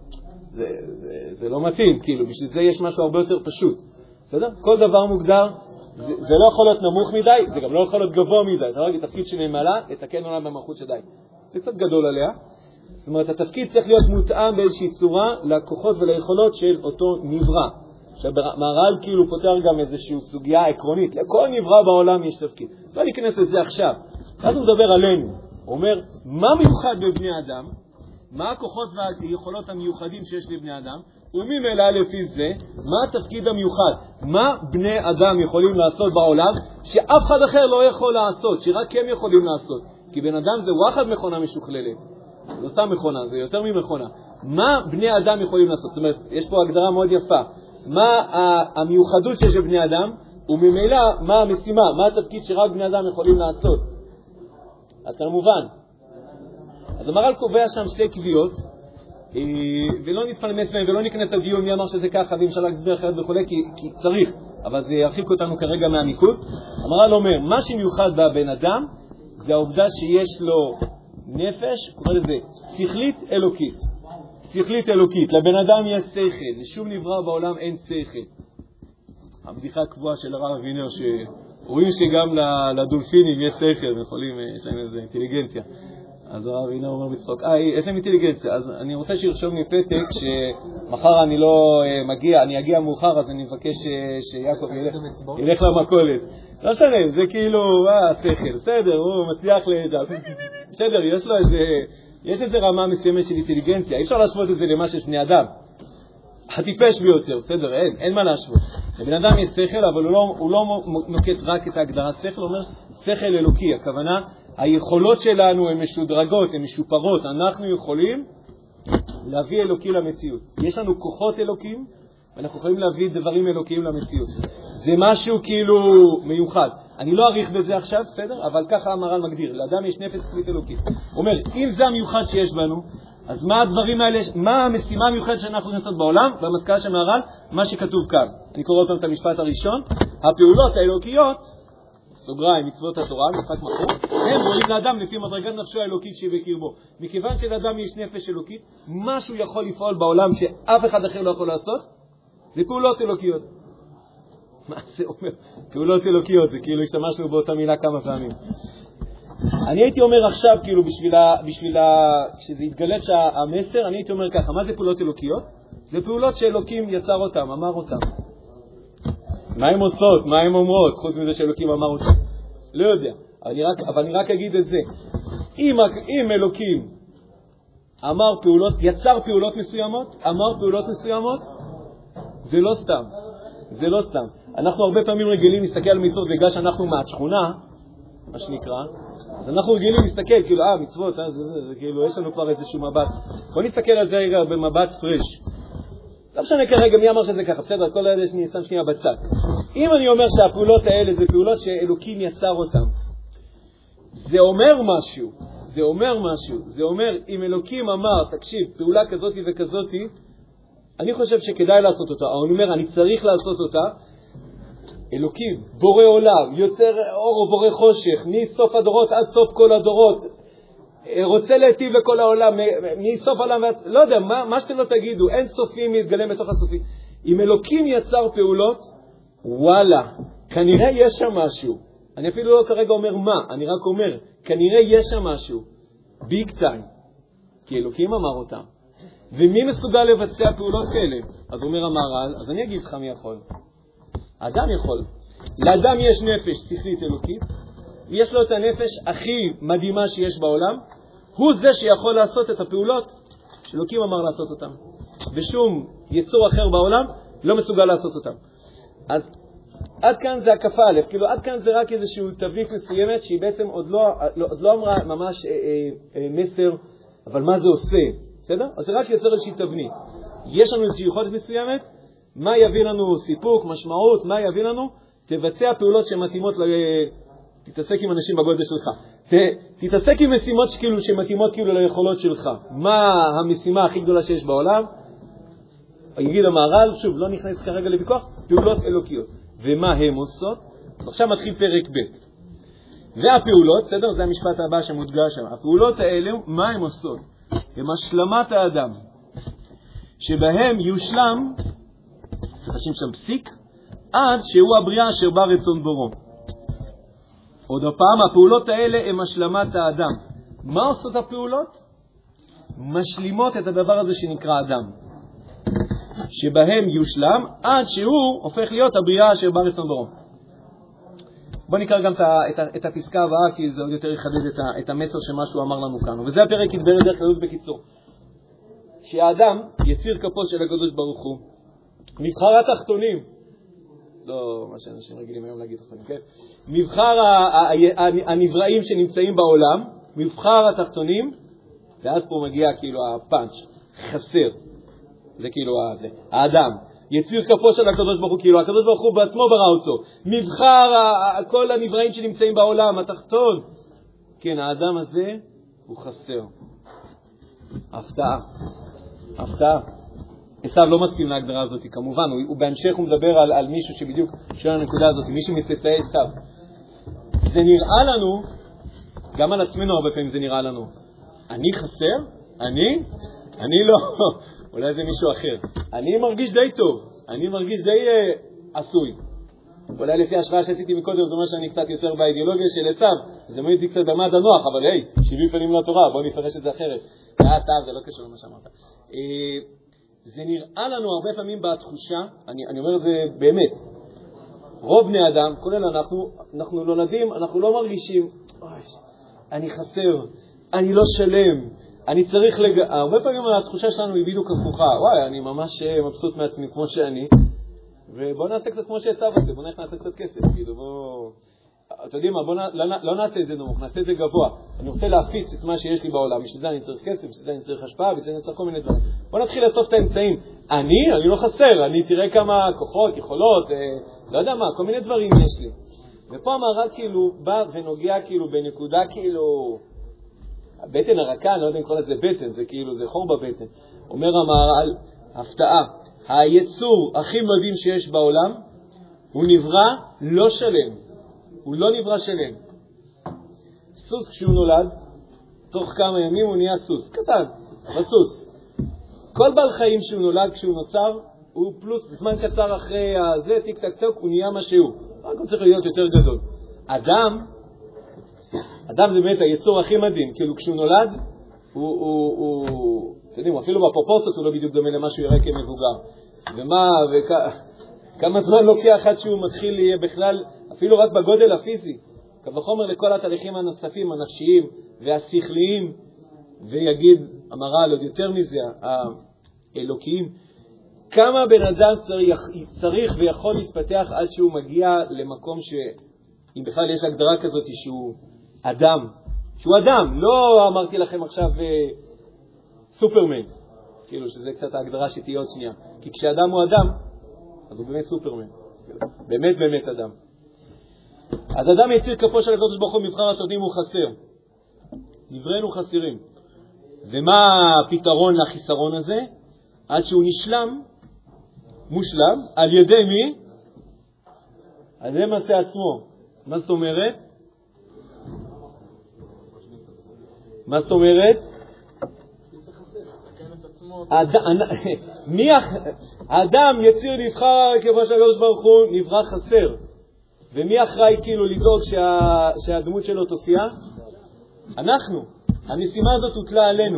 זה לא מתאים, כאילו, בשביל זה יש משהו הרבה יותר פשוט. בסדר? כל דבר מוגדר, זה לא יכול להיות נמוך מדי, זה גם לא יכול להיות גבוה מדי. אתה רואה, התפקיד שנמלה, לתקן עולם במלכות שדי. זה קצת גדול עליה. זאת אומרת, התפקיד צריך להיות מותאם באיזושהי צורה לכוחות וליכולות של אותו נברא. שהמהר"ל כאילו פותר גם איזושהי סוגיה עקרונית. לכל נברא בעולם יש תפקיד. לא ניכנס לזה עכשיו. אז הוא מדבר עלינו. הוא אומר, מה מיוחד בבני אדם? מה הכוחות והיכולות המיוחדים שיש לבני אדם? וממילא לפי זה, מה התפקיד המיוחד? מה בני אדם יכולים לעשות בעולם שאף אחד אחר לא יכול לעשות, שרק הם יכולים לעשות? כי בן אדם זה וואחד מכונה משוכללת. לא סתם מכונה, זה יותר ממכונה. מה בני אדם יכולים לעשות? זאת אומרת, יש פה הגדרה מאוד יפה. מה המיוחדות שיש לבני אדם, וממילא מה המשימה, מה התפקיד שרק בני אדם יכולים לעשות? אתה מובן. אז המהר"ל קובע שם 2 קביעות, ולא נתפלמס מהם ולא ניכנס לדיון מי אמר שזה ככה, ואם אפשר להסביר אחרת וכו', כי צריך, אבל זה ירחיק אותנו כרגע מהמיקוד. המהר"ל אומר, מה שמיוחד בבן אדם, זה העובדה שיש לו נפש, קורא לזה, שכלית אלוקית. שכלית אלוקית. לבן אדם יש שכל, לשום נברא בעולם אין שכל. הבדיחה הקבועה של הרב אבינר, שרואים שגם לדולפינים יש שכל, יש להם איזו אינטליגנציה. אז הרב אבינר אומר בצחוק, יש להם אינטליגנציה, אז אני רוצה שירשום לי פתק שמחר אני לא מגיע, אני אגיע מאוחר, אז אני מבקש שיעקב ילך למכולת. לא משנה, זה כאילו, שכל, בסדר, הוא מצליח בסדר, יש לו יש איזה רמה מסוימת של אינטליגנציה, אי אפשר להשוות את זה למה שיש בני אדם. הטיפש ביותר, בסדר, אין מה להשוות. לבן אדם יש שכל, אבל הוא לא נוקט רק את ההגדרת שכל, הוא אומר שכל אלוקי, הכוונה היכולות שלנו הן משודרגות, הן משופרות. אנחנו יכולים להביא אלוקי למציאות. יש לנו כוחות אלוקים, ואנחנו יכולים להביא דברים אלוקיים למציאות. זה משהו כאילו מיוחד. אני לא אריך בזה עכשיו, בסדר? אבל ככה המר"ל מגדיר. לאדם יש נפש שכלית אלוקית. הוא אומר, אם זה המיוחד שיש בנו, אז מה הדברים האלה, מה המשימה המיוחדת שאנחנו יכולים לעשות בעולם? במסקנה של המהר"ל, מה שכתוב כאן. אני קורא אותם את המשפט הראשון. הפעולות האלוקיות, סוגריים, מצוות התורה, משחק מחור, הם רואים לאדם לפי מדרגת נפשו האלוקית שהיא בקרבו. מכיוון שלאדם יש נפש אלוקית, משהו יכול לפעול בעולם שאף אחד אחר לא יכול לעשות, זה פעולות אלוקיות. מה זה אומר? פעולות אלוקיות, זה כאילו השתמשנו באותה מילה כמה פעמים. אני הייתי אומר עכשיו, כאילו כשזה יתגלה שהמסר, אני הייתי אומר ככה, מה זה פעולות אלוקיות? זה פעולות שאלוקים יצר אותם, אמר אותם. מה הם עושות? מה הם אומרות? חוץ מזה שאלוקים אמר אותם. לא יודע, אבל אני רק אגיד את זה. אם אלוקים אמר פעולות, יצר פעולות מסוימות, אמר פעולות מסוימות, זה לא סתם. זה לא סתם. אנחנו הרבה פעמים רגילים להסתכל על מצוות בגלל שאנחנו מהשכונה, מה שנקרא, אז אנחנו רגילים להסתכל, כאילו, מצוות, זה כאילו, יש לנו כבר איזשהו מבט. בוא נסתכל על זה רגע במבט פרש. לא משנה כרגע מי אמר שזה ככה, בסדר, כל האלה שאני שם שנייה בצד. אם אני אומר שהפעולות האלה זה פעולות שאלוקים יצר אותן, זה אומר משהו, זה אומר, אם אלוקים אמר, תקשיב, פעולה כזאת וכזאת, אני חושב שכדאי לעשות אותה, או אני אומר, אני צריך לעשות אותה, אלוקים, בורא עולם, יוצר אור ובורא חושך, מסוף הדורות עד סוף כל הדורות, רוצה להיטיב לכל העולם, מסוף העולם ועד... לא יודע, מה שאתם לא תגידו, אין סופים מתגלם בתוך הסופים. אם אלוקים יצר פעולות, וואלה, כנראה יש שם משהו. אני אפילו לא כרגע אומר מה, אני רק אומר, כנראה יש שם משהו. ביג טיים. כי אלוקים אמר אותם. ומי מסוגל לבצע פעולות כאלה? אז אומר המהר"ל, אז אני אגיד לך מי יכול. האדם יכול. לאדם יש נפש שכלית אלוקית, יש לו את הנפש הכי מדהימה שיש בעולם, הוא זה שיכול לעשות את הפעולות שאלוקים אמר לעשות אותם. ושום יצור אחר בעולם לא מסוגל לעשות אותם. אז עד כאן זה הקפה א', כאילו עד כאן זה רק איזשהו תבנית מסוימת שהיא בעצם עוד לא אמרה ממש מסר, אבל מה זה עושה, בסדר? אז זה רק יוצר איזושהי תבנית. יש לנו איזושהי יכולת מסוימת, מה יביא לנו סיפוק, משמעות, מה יביא לנו? תבצע פעולות שמתאימות תתעסק עם אנשים בגודל שלך. תתעסק עם משימות שמתאימות ליכולות שלך. מה המשימה הכי גדולה שיש בעולם? יגיד המהר"ל, שוב, לא נכנס כרגע לוויכוח, פעולות אלוקיות. ומה הן עושות? עכשיו מתחיל פרק ב'. והפעולות, בסדר? זה המשפט הבא שמודגש שם. הפעולות האלה, מה הן עושות? הן השלמת האדם. שבהם יושלם, חשים שם פסיק, עד שהוא הבריאה אשר בא רצון בורו. עוד הפעם, הפעולות האלה הן השלמת האדם. מה עושות הפעולות? משלימות את הדבר הזה שנקרא אדם. שבהם יושלם עד שהוא הופך להיות הבריאה אשר בא רצון בורו. בוא נקרא גם את הפסקה הבאה, כי זה עוד יותר יחדד את המסר שמשהו אמר לנו כאן. וזה הפרק יתבר דרך כלל בקיצור. שהאדם יציר כפו של הקדוש ברוך הוא. מבחר התחתונים, לא מה שאנשים רגילים היום להגיד תחתונים, כן? מבחר הנבראים שנמצאים בעולם, מבחר התחתונים, ואז פה מגיע כאילו הפאנץ', חסר. זה כאילו האדם. יציר כפו של הקדוש ברוך הוא, כאילו הקדוש ברוך הוא בעצמו ברא אותו. מבחר כל הנבראים שנמצאים בעולם, התחתון. כן, האדם הזה הוא חסר. הפתעה. עשיו לא מסכים להגדרה הזאת, כמובן, הוא בהמשך הוא מדבר על מישהו שבדיוק שואל הנקודה הזאת, מישהו מצאצאי עשיו. זה נראה לנו, גם על עצמנו הרבה פעמים זה נראה לנו, אני חסר? אני לא, אולי זה מישהו אחר. אני מרגיש די טוב, אני מרגיש די עשוי. אולי לפי השוואה שעשיתי מקודם, זאת אומרת שאני קצת יותר באידיאולוגיה של עשיו, זה מעיד לי קצת במד הנוח, אבל היי, 70 פנים לתורה, בואו נפרש את זה אחרת. זה לא קשור למה שאמרת. זה נראה לנו הרבה פעמים בתחושה, אני אומר את זה באמת, רוב בני אדם, כולל אנחנו נולדים, אנחנו לא מרגישים, אני חסר, אני לא שלם, אני צריך הרבה פעמים התחושה שלנו היא בדיוק הפוכה, אני ממש מבסוט מעצמי כמו שאני, ובוא נעשה קצת כמו שעשיו את זה, בוא נעשה קצת כסף, כאילו אתה יודעים מה, לא נעשה את זה נמוך, נעשה את זה גבוה. אני רוצה להפיץ את מה שיש לי בעולם, בשביל זה אני צריך כסף, בשביל זה אני צריך השפעה, בשביל זה אני צריך כל מיני דברים. בוא נתחיל לאסוף את האמצעים. אני לא חסר, אני תראה כמה כוחות, יכולות, לא יודע מה, כל מיני דברים יש לי. ופה המהר"ל כאילו בא ונוגע כאילו בנקודה כאילו, הבטן הרכה, אני לא יודע אם כל זה בטן, זה כאילו, זה חור בבטן. אומר המהר"ל, הפתעה, היצור הכי מדהים שיש בעולם, הוא נברא לא שלם. הוא לא נברא שלם. סוס כשהוא נולד, תוך כמה ימים הוא נהיה סוס. קטן, אבל סוס. כל בעל חיים שהוא נולד, כשהוא נוצר, הוא פלוס, זמן קצר אחרי הזה, טיק טק טוק, הוא נהיה מה שהוא. רק הוא צריך להיות יותר גדול. אדם זה באמת היצור הכי מדהים. כאילו כשהוא נולד, אתם יודעים, אפילו בפרופורציות הוא לא בדיוק דומה למה שהוא יראה כמבוגר. כמה זמן לוקח עד שהוא מתחיל להיות בכלל, אפילו רק בגודל הפיזי, כמה חומר לכל התהליכים הנוספים, הנפשיים והשכליים, ויגיד, המהר"ל עוד יותר מזה, האלוקיים, כמה בן אדם צריך ויכול להתפתח עד שהוא מגיע למקום אם בכלל יש הגדרה כזאת שהוא אדם, לא אמרתי לכם עכשיו סופרמן, כאילו שזה קצת ההגדרה שתהיה עוד שנייה, כי כשאדם הוא אדם, אז הוא באמת סופרמן, באמת אדם. אז אדם יציר כפו של הקדוש ברוך הוא, מבחר הצדים הוא חסר. נבראנו חסרים. ומה הפתרון לחיסרון הזה? עד שהוא מושלם, על ידי מי? על ידי מעשה עצמו. מה זאת אומרת? האדם יציר נבחר כפו של הקדוש ברוך הוא, נברא חסר. ומי אחראי כאילו לדאוג שהדמות שלו תופיע? אנחנו. המשימה הזאת הוטלה עלינו.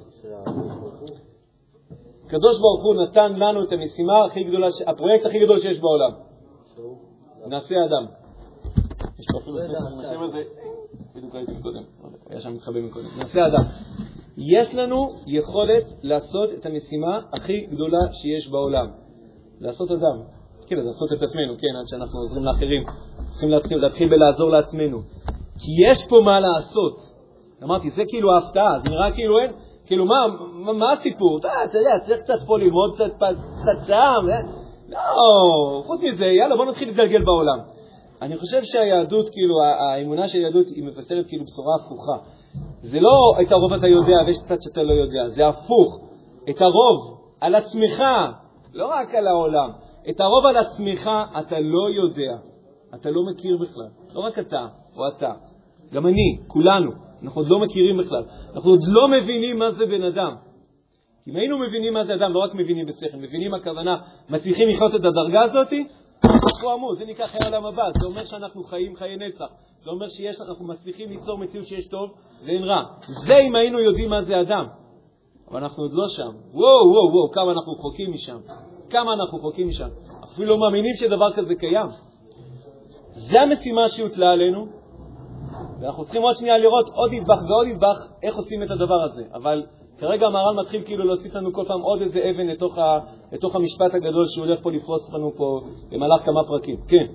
הקדוש ברוך הוא נתן לנו את המשימה הכי גדולה, הפרויקט הכי גדול שיש בעולם. נעשה אדם. יש פה אפילו השם הזה, בדיוק ראיתי קודם, היה שם מתחבא מקודם. נעשה אדם. יש לנו יכולת לעשות את המשימה הכי גדולה שיש בעולם. לעשות אדם. כן, אז לעשות את עצמנו, כן, עד שאנחנו עוזרים לאחרים. צריכים להתחיל בלעזור לעצמנו. כי יש פה מה לעשות. אמרתי, זה כאילו ההפתעה, זה נראה כאילו אין, כאילו מה הסיפור? אתה יודע, צריך קצת פה ללמוד, קצת שם, לא, חוץ מזה, יאללה, בוא נתחיל להתגלגל בעולם. אני חושב שהיהדות, כאילו, האמונה של היהדות היא מבשרת כאילו בשורה הפוכה. זה לא את הרוב אתה יודע ויש קצת שאתה לא יודע, זה הפוך. את הרוב על עצמך, לא רק על העולם. את הרוב על עצמך אתה לא יודע, אתה לא מכיר בכלל. לא רק אתה או אתה, גם אני, כולנו, אנחנו עוד לא מכירים בכלל. אנחנו עוד לא מבינים מה זה בן אדם. כי אם היינו מבינים מה זה אדם, לא רק מבינים בשכל, מבינים הכוונה, מצליחים לחיות את הדרגה הזאת, פה אמור, זה ניקח חיי העולם הבא, זה אומר שאנחנו חיים חיי נצח. זה אומר שאנחנו מצליחים ליצור מציאות שיש טוב ואין רע. זה אם היינו יודעים מה זה אדם. אבל אנחנו עוד לא שם. וואו, כמה אנחנו רחוקים משם. אפילו לא מאמינים שדבר כזה קיים. זה המשימה שהוטלה עלינו, ואנחנו צריכים עוד שנייה לראות עוד נדבך ועוד נדבך איך עושים את הדבר הזה. אבל כרגע המהר"ל מתחיל כאילו להוסיף לנו כל פעם עוד איזה אבן לתוך המשפט הגדול שהוא הולך פה לפרוס לנו פה במהלך כמה פרקים. כן.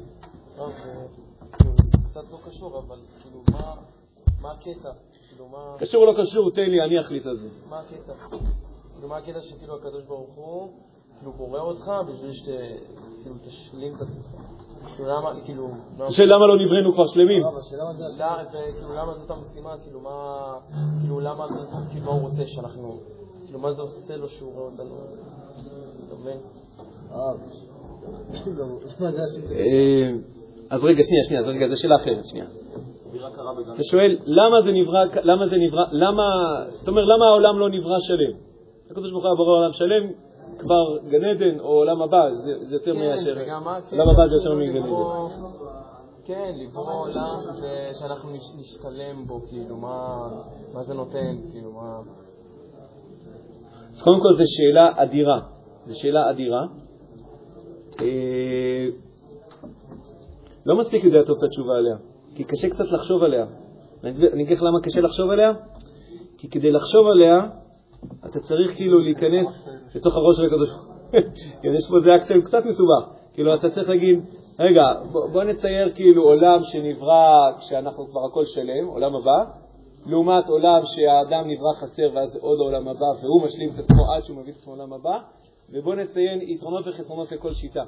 קצת לא קשור, אבל כאילו מה הקטע? קשור או לא קשור, תן לי, אני אחליט על זה. מה הקטע? כאילו מה הקטע שכאילו הקדוש ברוך הוא כאילו בורא אותך בשביל שכאילו תשלים את עצמך? כאילו למה לא נבראנו כבר שלמים? כאילו למה זאת המשימה? כאילו למה הוא רוצה שאנחנו, כאילו מה זה עושה לו שהוא רואה אותנו? אתה מבין? אז רגע, שנייה, זו שאלה אחרת, שנייה. אתה שואל, למה זה נברא, אתה אומר, למה העולם לא נברא שלם? הקדוש ברוך הוא ברא עולם שלם, כבר גן עדן או עולם הבא, זה יותר מאשר. עולם הבא זה יותר מגן עדן. כן, לברוא עולם ושאנחנו נשתלם בו, כאילו, מה זה נותן, כאילו, מה... אז קודם כל זו שאלה אדירה. לא מספיק יודע טוב את התשובה עליה, כי קשה קצת לחשוב עליה. אני אגיד לך למה קשה לחשוב עליה? כי כדי לחשוב עליה, אתה צריך כאילו להיכנס לתוך הראש של הקדוש. יש פה זה קצת מסובך. כאילו אתה צריך להגיד, רגע, בוא נצייר כאילו עולם שנברא כשאנחנו כבר הכל שלם, עולם הבא, לעומת עולם שהאדם נברא חסר ואז עוד עולם הבא והוא משלים את עצמו עד שהוא מביא את עצמו עולם הבא, ובוא נציין יתרונות וחסרונות לכל שיטה.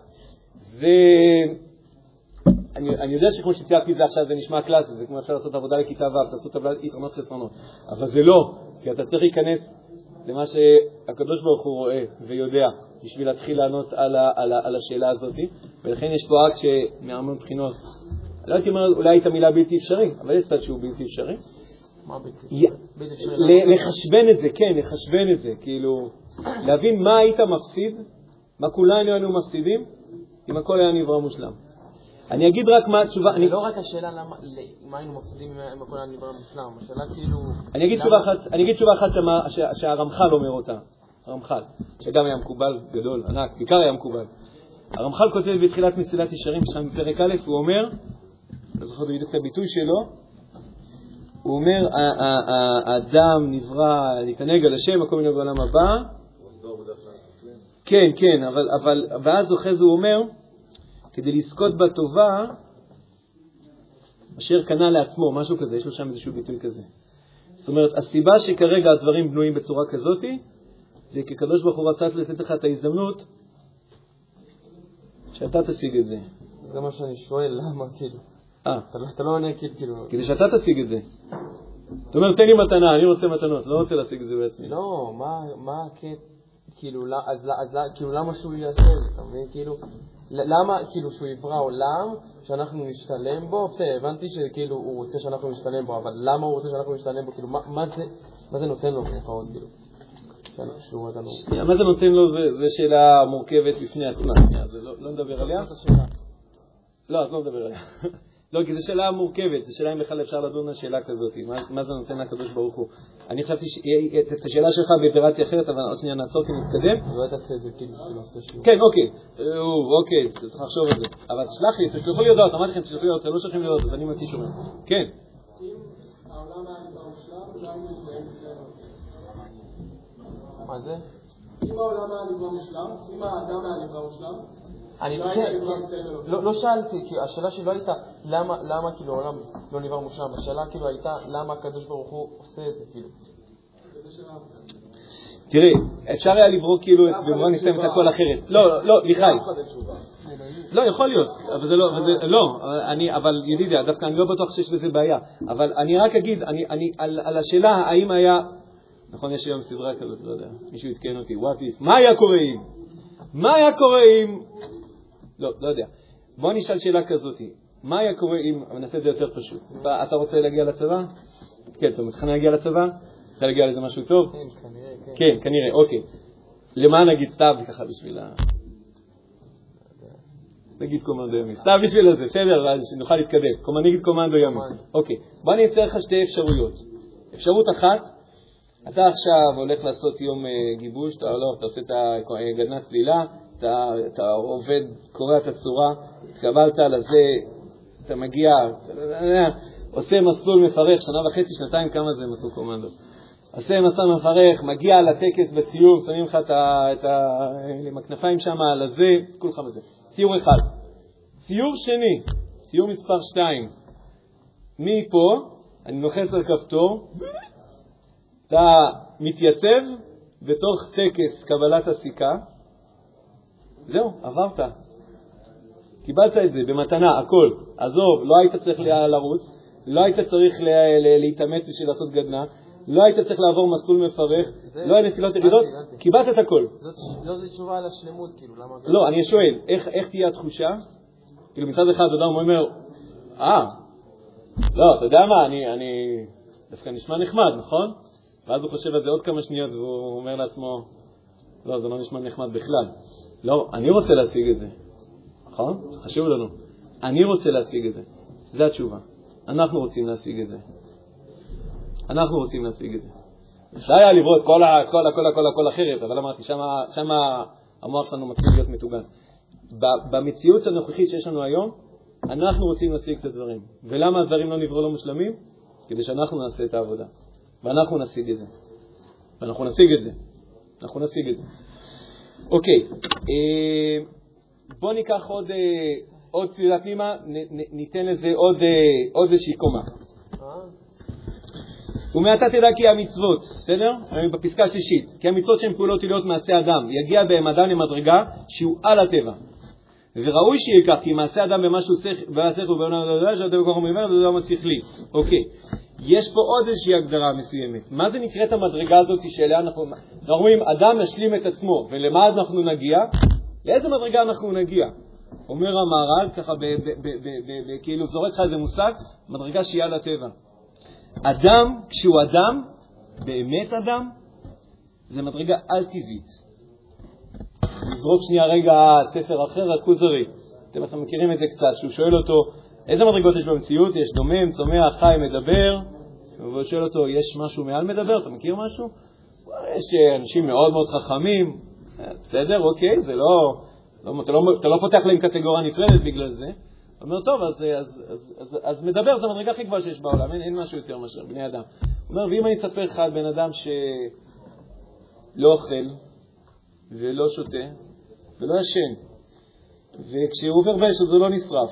אני יודע שכמו שציירתי את זה עכשיו זה נשמע קלאסי, זה כמו אפשר לעשות עבודה לכיתה ו', תעשו טבלת יתרונות וחסרונות, אבל זה לא, כי אתה צריך להיכנס למה שהקדוש ברוך הוא רואה ויודע בשביל להתחיל לענות על השאלה הזאת, ולכן יש פה אקט שמהרבה בחינות, לא הייתי אומר אולי את המילה בלתי אפשרי, אבל יש קצת שהוא בלתי אפשרי. מה בלתי אפשרי? לחשבן את זה, כן, לחשבן את זה, כאילו להבין מה היית מפסיד, מה כולנו היינו מפסידים אם הכל היה נברא מושלם. אני אגיד רק מה התשובה. זה לא רק השאלה מה היינו מפסידים אם הכל היה נברא מושלם, השאלה כאילו... אני אגיד תשובה אחת שהרמח"ל אומר אותה, הרמח"ל, שגם היה מקובל גדול, ענק, בעיקר היה מקובל. הרמח"ל כותב בתחילת מסילת ישרים, שם בפרק א', הוא אומר, לא זוכר בדיוק את הביטוי שלו, הוא אומר, האדם נברא להתענג על השם, הכל מיני בעולם הבא. כן, כן, אבל ואז אחרי זה הוא אומר, כדי לזכות בטובה, אשר קנה לעצמו, משהו כזה, יש לו שם איזשהו ביטוי כזה. זאת אומרת, הסיבה שכרגע הדברים בנויים בצורה כזאת, זה כי הקדוש ברוך הוא רצה לתת לך את ההזדמנות, שאתה תשיג את זה. זה מה שאני שואל, למה כאילו? אתה לא עונה כאילו... כדי שאתה תשיג את זה. זאת אומרת, תן לי מתנה, אני רוצה מתנות, לא רוצה להשיג את זה בעצמי. לא, מה הקט? כאילו, כאילו למה שהוא יעשה את זה? אתה מבין? כאילו... למה, כאילו, שהוא יברא עולם שאנחנו נשתלם בו? בסדר, הבנתי שכאילו הוא רוצה שאנחנו נשתלם בו, אבל למה הוא רוצה שאנחנו נשתלם בו? כאילו, מה זה נותן לו במחאות, כאילו? מה זה נותן לו? זה שאלה מורכבת בפני עצמה. לא נדבר עליה? לא, אז לא נדבר עליה. לא, כי זו שאלה מורכבת, זו שאלה אם בכלל אפשר לדון על שאלה כזאת, מה זה נותן לקדוש ברוך הוא. אני חשבתי את השאלה שלך באופרציה אחרת, אבל עוד שנייה נעצור כי נתקדם. לא תעשה את זה כאילו נושא שיעור. כן, אוקיי, צריך לחשוב על זה. אבל תשלח לי, תשלחו לי הודעות, אמרתי לכם, תשלחו לי הודעות, לא שלחים לי הודעות, אז אני מתי שומע. כן. אם העולם היה נברא מושלם, לא היינו נבראים בסדר. מה זה? אם העולם היה נברא מושלם, אם האדם היה נברא מושלם, לא שאלתי, כי השאלה שלי לא הייתה למה כאילו העולם לא נברא מושלם, השאלה כאילו הייתה למה הקדוש ברוך הוא עושה את זה כאילו. תראי, אפשר היה לברוא כאילו, במובן נסיים את הכל אחרת. לא, מיכאל. לא, יכול להיות, אבל זה לא, אבל ידידיה, דווקא אני לא בטוח שיש בזה בעיה, אבל אני רק אגיד, על השאלה האם היה, נכון, יש היום סדרה כזאת, לא יודע, מישהו יתקן אותי, מה היה קורה אם? מה היה קורה אם... לא יודע. בוא נשאל שאלה כזאת. מה היה קורה אם... אבל נעשה את זה יותר פשוט. אתה רוצה להגיע לצבא? כן, אתה מתכנן להגיע לצבא? אתה להגיע לזה משהו טוב? כן, כנראה. כן, כנראה, אוקיי. למה נגיד סתם ככה בשביל נגיד קומנדו ימי. סתם בשביל זה, בסדר, שנוכל להתקדם. נגיד קומנדו ימי. אוקיי. בוא אני אצייר לך שתי אפשרויות. אפשרות אחת, אתה עכשיו הולך לעשות יום גיבוש, אתה עושה את הגדנת צלילה, אתה עובד, קורא את הצורה, התקבלת לזה, אתה מגיע, עושה מסלול מפרך, 1.5 שנתיים, כמה זה מסלול קומנדו? עושה מסלול מפרך, מגיע לטקס בסיום, שמים לך עם הכנפיים שם על הזה, כולך בזה. ציור אחד. ציור שני, ציור מספר 2. מפה, אני נוחץ על כפתור, אתה מתייצב בתוך טקס קבלת הסיכה, זהו, עברת. קיבלת את זה במתנה, הכל. עזוב, לא היית צריך לרוץ, לא היית צריך להתאמץ בשביל לעשות גדנה, לא היית צריך לעבור מסלול מפרך, לא היה נפילות ירידות, קיבלת את הכל. לא, זה תשובה על השלמות, כאילו, למה... לא, אני שואל, איך תהיה התחושה? כאילו, מצד אחד, אדם אומר, לא, אתה יודע מה, אני דווקא נשמע נחמד, נכון? ואז הוא חושב על זה עוד כמה שניות, והוא אומר לעצמו, לא, זה לא נשמע נחמד בכלל. לא, אני רוצה להשיג את זה. נכון? חשוב לנו. אני רוצה להשיג את זה. זו התשובה. אנחנו רוצים להשיג את זה. אנחנו רוצים להשיג את זה. אפשר היה לברוא את כל אחרת, אבל אמרתי, שם המוח שלנו מתחיל להיות מתוגן. במציאות הנוכחית שיש לנו היום, אנחנו רוצים להשיג את הדברים. ולמה הדברים לא נבראו לא מושלמים? כדי שאנחנו נעשה את העבודה. ואנחנו נשיג את זה. ואנחנו נשיג את זה. אנחנו נשיג את זה. אוקיי. בוא ניקח עוד עוד צלילה פנימה, ניתן לזה עוד איזושהי קומה. ומעתה תדע כי המצוות, בסדר? בפסקה שלישית, כי המצוות שהן פעולות עיליות מעשה אדם, יגיע בהם אדם למדרגה שהוא על הטבע. וראוי שיהיה כך, כי מעשה אדם במשהו שכל ובעונה לדודה, שאתה בכוח ומעבר, זה לא שכלי. אוקיי. יש פה עוד איזושהי הגדרה מסוימת. מה זה נקראת המדרגה הזאת שאליה אנחנו רואים, אדם משלים את עצמו, ולמה אנחנו נגיע? לאיזה מדרגה אנחנו נגיע? אומר המהר"ל, ככה כאילו זורק לך איזה מושג, מדרגה שהיא על הטבע. אדם, כשהוא אדם, באמת אדם, זה מדרגה על-טבעית. נזרוק שנייה רגע ספר אחר, הכוזרי. אתם מכירים את זה קצת, שהוא שואל אותו, איזה מדרגות יש במציאות? יש דומם, צומח, חי, מדבר. והוא שואל אותו, יש משהו מעל מדבר? אתה מכיר משהו? יש אנשים מאוד מאוד חכמים. בסדר, אוקיי, זה לא, אתה לא פותח להם קטגוריה נפרדת בגלל זה. הוא אומר, טוב, אז מדבר זה המדרגה הכי גבוהה שיש בעולם, אין משהו יותר מאשר בני אדם. הוא אומר, ואם אני אספר לך על בן אדם שלא אוכל ולא שותה ולא ישן, וכשהוא עובר באש אז הוא לא נשרף,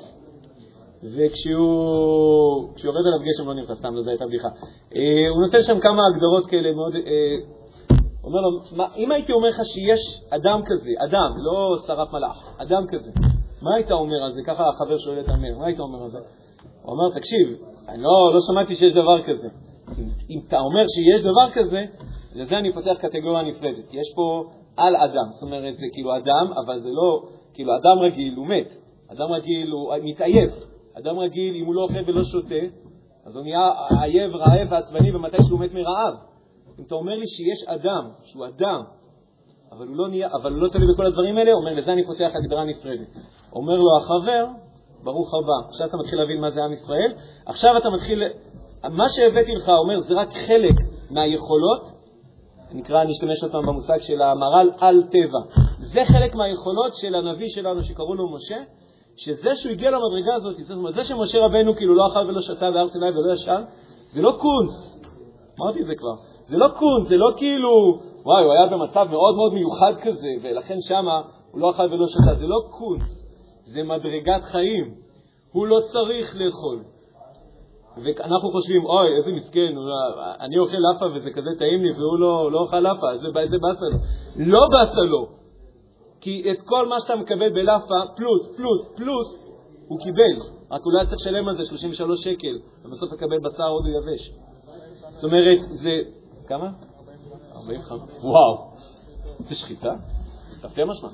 וכשהוא יורד עליו גשם לא נראה, סתם, לא זה הייתה בדיחה. הוא נותן שם כמה הגדרות כאלה מאוד, הוא אומר לו, אם הייתי אומר לך שיש אדם כזה, אדם, לא שרף מלאך, אדם כזה, מה היית אומר על זה? ככה החבר שואל את אמיר, מה היית אומר על זה? הוא אומר, תקשיב, אני לא שמעתי שיש דבר כזה. אם אתה אומר שיש דבר כזה, לזה אני פותח קטגוריה נפרדת, כי יש פה על אדם, זאת אומרת, זה כאילו אדם, אבל זה לא, כאילו אדם רגיל הוא מת, אדם רגיל הוא מתעייף, אדם רגיל אם הוא לא אוכל ולא שותה, אז הוא נהיה עייב, רעב ועצבני ומתי שהוא מת מרעב. אם אתה אומר לי שיש אדם, שהוא אדם, אבל הוא לא תלוי בכל הדברים האלה, הוא אומר, לזה אני פותח הגדרה נפרדת. אומר לו החבר, ברוך הבא, עכשיו אתה מתחיל להבין מה זה עם ישראל, עכשיו אתה מתחיל, מה שהבאתי לך, אומר, זה רק חלק מהיכולות, נקרא, נשתמש אותם במושג של המהר"ל על טבע. זה חלק מהיכולות של הנביא שלנו שקראו לו משה, שזה שהוא הגיע למדרגה הזאת, זאת אומרת, זה שמשה רבנו כאילו לא אכל ולא שתה בהר סיני ולא ישן, זה לא קונץ. אמרתי את זה כבר. זה לא קונץ, זה לא כאילו, וואי, הוא היה במצב מאוד מאוד מיוחד כזה, ולכן שמה הוא לא אכל ולא שתה. זה לא קונץ, זה מדרגת חיים. הוא לא צריך לאכול. ואנחנו חושבים, אוי, איזה מסכן, אני אוכל לאפה וזה כזה טעים לי, והוא לא אוכל לאפה, איזה באסה לו. לא באסה לו. כי את כל מה שאתה מקבל בלאפה, פלוס, הוא קיבל. רק אולי צריך לשלם על זה 33 שקל, ובסוף יקבל בשר עוד הוא יבש. זאת אומרת, זה... כמה? 45. וואו. זה שחיטה? תפתיע משמע.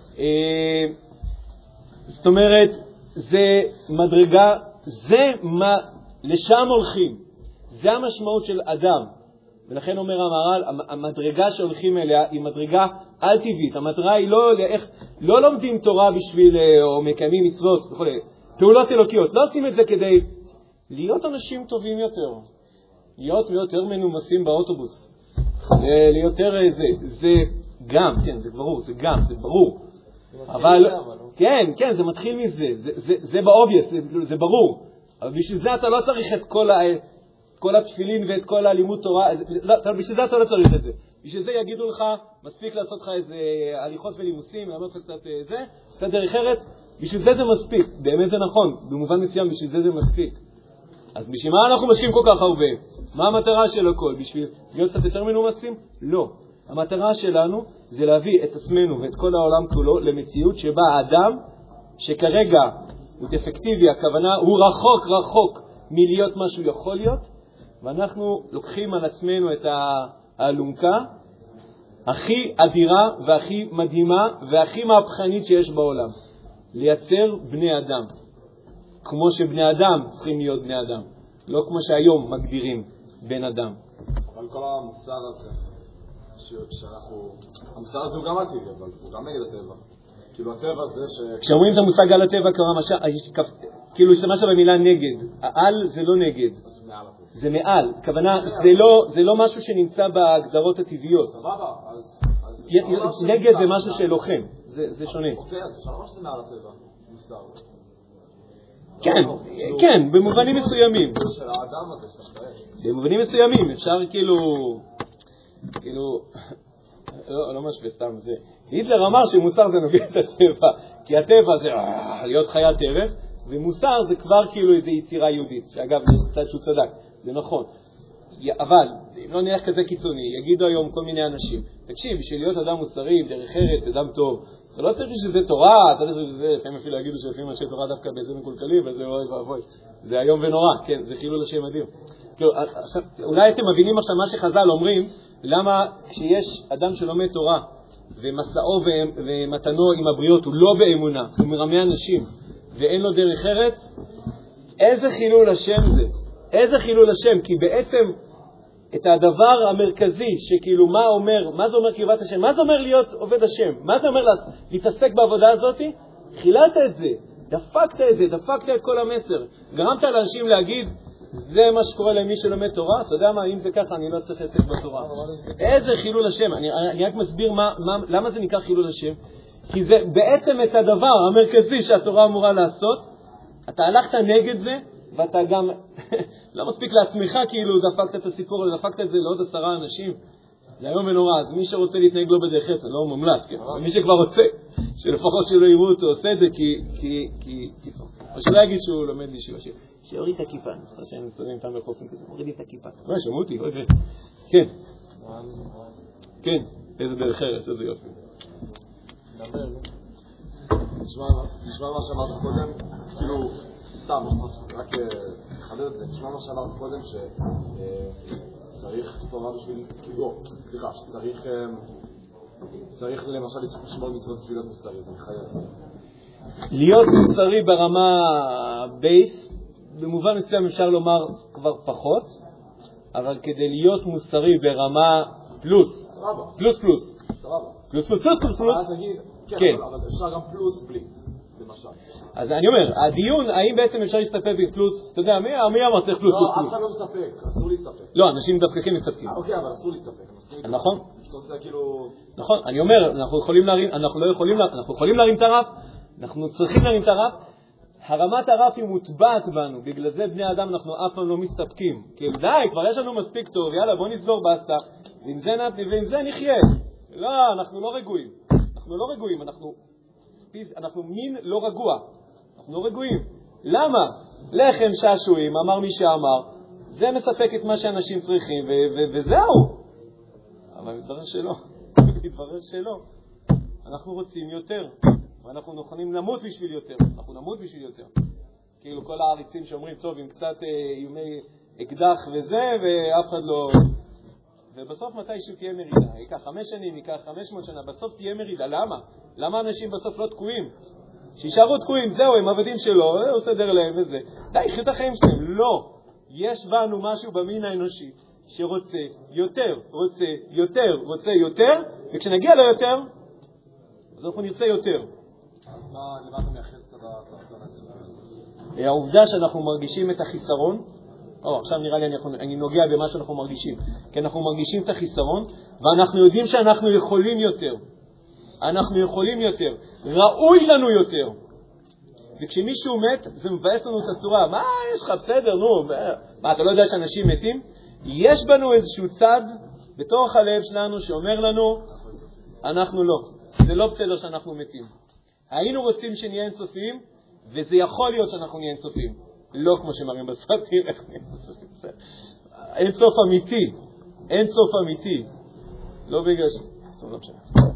זאת אומרת, זה מדרגה, זה מה... לשם הולכים. זה המשמעות של אדם. ולכן אומר המהר"ל, המדרגה שהולכים אליה היא מדרגה על-טבעית. המטרה היא לא לומדים תורה בשביל, או מקיימים מצוות וכו'. פעולות אלוקיות. לא עושים את זה כדי להיות אנשים טובים יותר. להיות יותר מנומסים באוטובוס. ליותר זה גם, כן, זה ברור, זה גם, זה ברור. אבל, כן, זה מתחיל מזה. זה באובייס, זה ברור. אבל בשביל זה אתה לא צריך את כל התפילין ואת כל הלימוד תורה, בשביל זה אתה לא צריך את זה. בשביל זה יגידו לך, מספיק לעשות לך איזה הליכות ולימוסים, לעמוד לך קצת זה, קצת דרך ארץ, בשביל זה מספיק. באמת זה נכון, במובן מסוים בשביל זה מספיק. אז בשביל מה אנחנו משקיעים כל כך הרבה? מה המטרה של הכל? בשביל להיות קצת יותר מנומסים? לא. המטרה שלנו זה להביא את עצמנו ואת כל העולם כולו למציאות שבה האדם שכרגע הוא דפקטיבי, הכוונה הוא רחוק מלהיות מה שהוא יכול להיות, ואנחנו לוקחים על עצמנו את האלונקה הכי אדירה והכי מדהימה והכי מהפכנית שיש בעולם. לייצר בני אדם. כמו שבני אדם צריכים להיות בני אדם. לא כמו שהיום מגדירים בן אדם. אבל כל המוסר הזה, המוסר הזה הוא גם עתיד, אבל הוא גם נגד הטבע. כאילו הטבע זה כשאומרים את המושג על הטבע, כאילו השתמשת במילה נגד. העל זה לא נגד. זה מעל. כוונה, זה לא משהו שנמצא בהגדרות הטבעיות. סבבה, אז... נגד זה משהו שלוחם. זה שונה. אוקיי, אז אפשר לומר שזה מעל הטבע. מוסר. כן, במובנים מסוימים. של האדם הזה שאתה מתאר. במובנים מסוימים, אפשר כאילו, לא משווה סתם זה. היטלר אמר שמוסר זה נוגד את הטבע. כי הטבע זה להיות חיית טרף, ומוסר זה כבר כאילו איזו יצירה יהודית, שאגב, יש קצת שהוא צדק, זה נכון. אבל, אם לא נלך כזה קיצוני, יגידו היום כל מיני אנשים, תקשיב, בשביל להיות אדם מוסרי, דרך ארץ, אדם טוב, אתה לא צריך שזה תורה, אתה לא צריך שזה, לפעמים אפילו יגידו שלפעמים אנשי תורה דווקא באיזה מקולקלי, וזה אוי ואבוי. זה היום ונורא, כן, זה חילול השם אדיר. אולי אתם מבינים עכשיו מה שחז"ל אומרים, למה כשיש אדם שלומד תורה, ומסעו ומתנו עם הבריות הוא לא באמונה, הוא מרמה אנשים, ואין לו דרך ארץ, איזה חילול השם זה? איזה חילול השם? כי בעצם את הדבר המרכזי שכאילו מה זה אומר קרבת השם? מה זה אומר להיות עובד השם? מה זה אומר להתעסק בעבודה הזאת? חיללת את זה, דפקת את זה, דפקת את כל המסר. גרמת לאנשים להגיד, זה מה שקורה למי שלומד תורה, אתה יודע מה, אם זה ככה אני לא צריך לעסק בתורה. איזה חילול השם? אני רק מסביר למה זה נקרא חילול השם. כי זה בעצם את הדבר המרכזי שהתורה אמורה לעשות, אתה הלכת נגד זה, ואתה גם לא מספיק לעצמך כאילו דפקת את הסיפור, אלא דפקת את זה לעוד 10 אנשים. זה היום ונורא, אז מי שרוצה להתנהג לו בדרך ארץ, לא מומלץ, כן? מי שכבר רוצה, שלפחות שלא יראו אותו עושה את זה, כי או שלא יגיד שהוא לומד לישיבה, שיוריד את הכיפה, אחרי שהם מסתובבים פעם בחופים כזה, מוריד את הכיפה. מה, שמעו אותי? כן. כן, איזה דרך ארץ, איזה יופי. נשמע מה שאמרת קודם, כאילו, סתם, רק לחדד את זה, נשמע מה שאמרת קודם שצריך תורה בשביל, כאילו, סליחה, שצריך למשל לשמור מצוות בשביל להיות מוסרי, זה מחייב. להיות מוסרי ברמה בייס, במובן מסוים אפשר לומר כבר פחות, אבל כדי להיות מוסרי ברמה פלוס, פלוס פלוס, פלוס פלוס פלוס פלוס פלוס, כן, אבל אפשר גם פלוס בלי, למשל. אז אני אומר, הדיון, האם בעצם אפשר להסתפק בפלוס, אתה יודע, מי אמר צריך פלוס פלוס פלוס? לא, אף אחד לא מסתפק, אסור להסתפק. לא, אנשים דווקא כן מסתפקים. אוקיי, אבל אסור להסתפק. נכון? שאתה עושה כאילו... נכון, אני אומר, אנחנו לא יכולים להרים את הרף, אנחנו צריכים להרים את הרף, הרמת הרף היא מוטבעת בנו, בגלל זה בני אדם אנחנו אף פעם לא מסתפקים. כאילו די, כבר יש לנו מספיק טוב, יאללה בוא נסגור בסטה, ועם זה נחיה. לא, אנחנו לא רגועים. אנחנו מין לא רגוע. אנחנו לא רגועים. למה? לחם שעשועים, אמר מי שאמר, זה מספק את מה שאנשים צריכים, וזהו. אבל מתברר שלא. אנחנו רוצים יותר. ואנחנו מוכנים למות בשביל יותר. כאילו כל העריצים שאומרים, טוב, עם קצת איומי אקדח וזה, ואף אחד לא... ובסוף מתישהו תהיה מרידה. ייקח 5 שנים, ייקח 500 שנה, בסוף תהיה מרידה. למה? למה אנשים בסוף לא תקועים? שישארו תקועים, זהו, הם עבדים שלו, הוא סדר להם וזה. די, יחי את החיים שלהם. לא. יש בנו משהו במין האנושי שרוצה יותר, וכשנגיע ליותר, אז אנחנו נרצה יותר. למה אתה מייחס את הרצון הזה? העובדה שאנחנו מרגישים את החיסרון, עכשיו נראה לי אני נוגע במה שאנחנו מרגישים, כי אנחנו מרגישים את החיסרון, ואנחנו יודעים שאנחנו יכולים יותר, ראוי לנו יותר. וכשמישהו מת, זה מבאס לנו את הצורה, מה יש לך, בסדר, נו, מה, אתה לא יודע שאנשים מתים? יש בנו איזשהו צד בתוך הלב שלנו שאומר לנו, אנחנו לא, זה לא בסדר שאנחנו מתים. היינו רוצים שנהיה אינסופיים, וזה יכול להיות שאנחנו נהיה אינסופיים. לא כמו שמראים בסרטים, אינסוף אמיתי. לא בגלל טוב, לא משנה.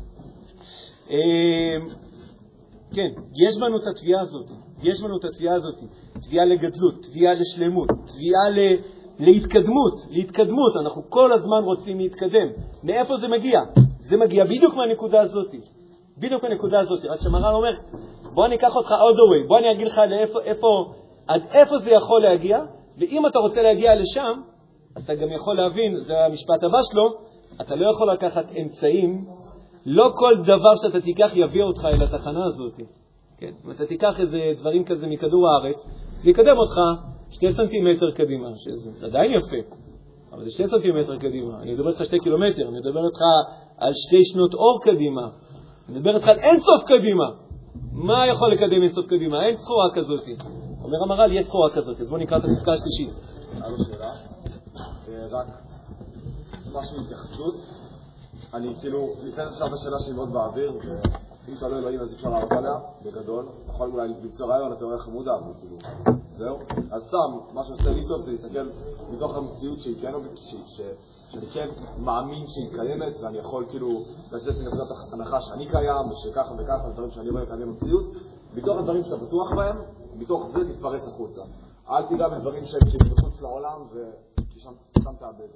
כן, יש בנו את התביעה הזאת. תביעה לגדלות, תביעה לשלמות, תביעה להתקדמות. אנחנו כל הזמן רוצים להתקדם. מאיפה זה מגיע? זה מגיע בדיוק מהנקודה הזאת. רק שמרן אומר, בוא אני אקח אותך all the way, בוא אני אגיד לך עד איפה זה יכול להגיע, ואם אתה רוצה להגיע לשם, אז אתה גם יכול להבין, זה המשפט הבא שלו, אתה לא יכול לקחת אמצעים, לא כל דבר שאתה תיקח יביא אותך אל התחנה הזאת. כן? אם אתה תיקח איזה דברים כזה מכדור הארץ, זה יקדם אותך 2 סנטימטר קדימה, שזה עדיין יפה, אבל זה 2 סנטימטר קדימה. אני מדבר איתך 2 קילומטר, אני מדבר איתך על 2 שנות אור קדימה, אני מדבר איתך על אין סוף קדימה. מה יכול לקדם אין סוף קדימה? אין סחורה כזאת. אומר המהר"ל, יש סחורה כזאת. אז בואו נקרא את הפסקה השלישית. לו שאלה, רק משהו התייחסות. אני כאילו, לפני עכשיו השאלה שהיא מאוד באוויר, אם אתה לא אלוהים אז אפשר לעלות עליה, בגדול, יכול אולי למצוא רעיון, אתה רואה חמודה, וכאילו, זהו. אז סתם, מה שעושה לי טוב זה להסתכל מתוך המציאות שהיא כן, שאני כן מאמין שהיא קיימת, ואני יכול כאילו לצאת מנקודת הנחה שאני קיים, ושככה וככה, דברים שאני רואה קיימים במציאות, מתוך הדברים שאתה בטוח בהם, מתוך זה תתפרס החוצה. אל תיגע בדברים שהם מחוץ לעולם, כי שם תאבד.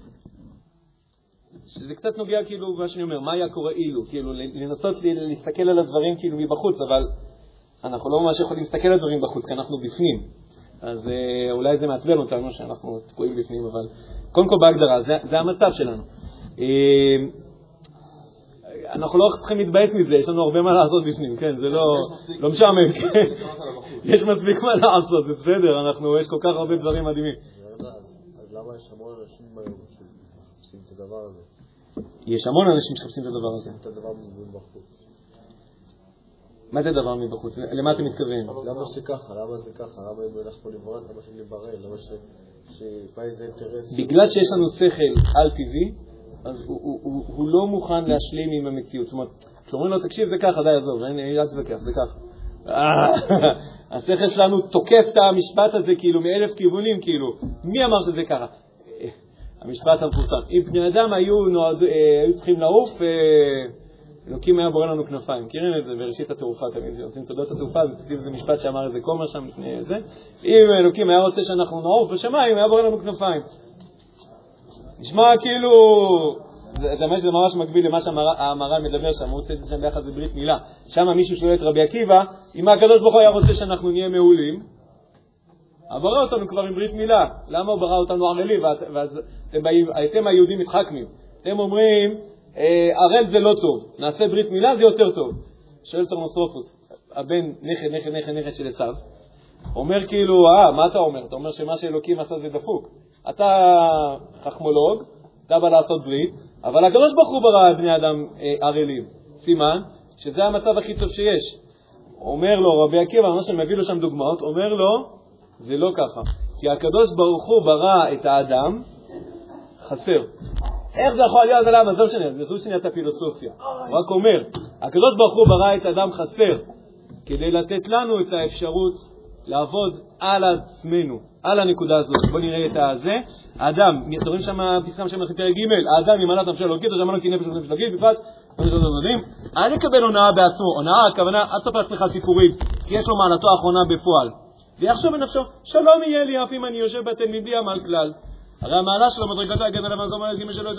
שזה קצת נוגע כאילו מה שאני אומר, מה היה קורה אילו, כאילו לנסות להסתכל על הדברים כאילו מבחוץ, אבל אנחנו לא ממש יכולים להסתכל על הדברים בחוץ, כי אנחנו בפנים. אז אולי זה מעצבן אותנו שאנחנו תקועים בפנים, אבל קודם כל בהגדרה, זה המצב שלנו. אנחנו לא צריכים להתבאס מזה, יש לנו הרבה מה לעשות בפנים, כן, זה לא משעמם, כן. יש מספיק מה לעשות, זה בסדר, יש כל כך הרבה דברים מדהימים. אז למה יש המון אנשים שמחפשים את הדבר הזה? יש המון אנשים שמחפשים את הדבר הזה. את הדבר מבחוץ. מה זה דבר מבחוץ? למה אתם מתכוונים? למה זה ככה? למה אם אנחנו נברא? למה שנברא? למה שבא איזה אינטרס? בגלל שיש לנו שכל על טבעי, אז הוא לא מוכן להשלים עם המציאות. זאת אומרת, כשאומרים לו, תקשיב, זה ככה, די, עזוב, אני לא אתווכח, זה ככה. השכל שלנו תוקף את המשפט הזה כאילו מאלף כיוונים, כאילו, מי אמר שזה ככה? המשפט המפורסם. אם בני אדם היו צריכים לעוף, אלוקים היה בורא לנו כנפיים. מכירים את זה בראשית התעופה תמיד, עושים תולדות התעופה, זה משפט שאמר איזה כומר שם לפני זה. אם אלוקים היה רוצה שאנחנו נעוף בשמיים, היה בורא לנו כנפיים. נשמע כאילו, זה ממש מקביל למה שהמהר"ל מדבר שם, הוא עושה את זה שם ביחד בברית מילה. שם מישהו שואל את רבי עקיבא, אם הקדוש ברוך הוא היה רוצה שאנחנו נהיה מעולים, ברא אותנו כבר עם ברית מילה. למה הוא ברא אותנו ערלי? ואתם היהודים מתחכמים. אתם אומרים, ערל זה לא טוב, נעשה ברית מילה זה יותר טוב. שואל טרנוסרופוס, הבן נכד של עשיו, אומר כאילו, מה אתה אומר? אתה אומר שמה שאלוקים עשה זה דפוק. אתה חכמולוג, אתה בא לעשות ברית, אבל הקדוש ברוך הוא ברא בני אדם ערלים. סימן שזה המצב הכי טוב שיש. אומר לו רבי עקיבא, מה שמביא לו שם דוגמאות, אומר לו, זה לא ככה. כי הקדוש ברוך הוא ברא את האדם חסר. איך זה יכול להיות? למה? זו שנייה את הפילוסופיה. הוא רק אומר, הקדוש ברוך הוא ברא את האדם חסר, כדי לתת לנו את האפשרות לעבוד על עצמנו, על הנקודה הזאת. בוא נראה את הזה. האדם, נכתובים שם, פסקם שם בפרק ג', האדם ימלא נפשו אלוקית, או שמענו כי נפש ונפש אלוקית, בפרט, אל יקבל הונאה בעצמו. הונאה, הכוונה, אל תספר לעצמך סיפורים, כי יש לו מעלתו האחרונה בפועל. ויחשוב בנפשו, שלום יהיה לי אף אם אני יושב בטל מבלי עמל כלל. הרי המעלה שלו מדרגתה הגן על המקום הג' שלו,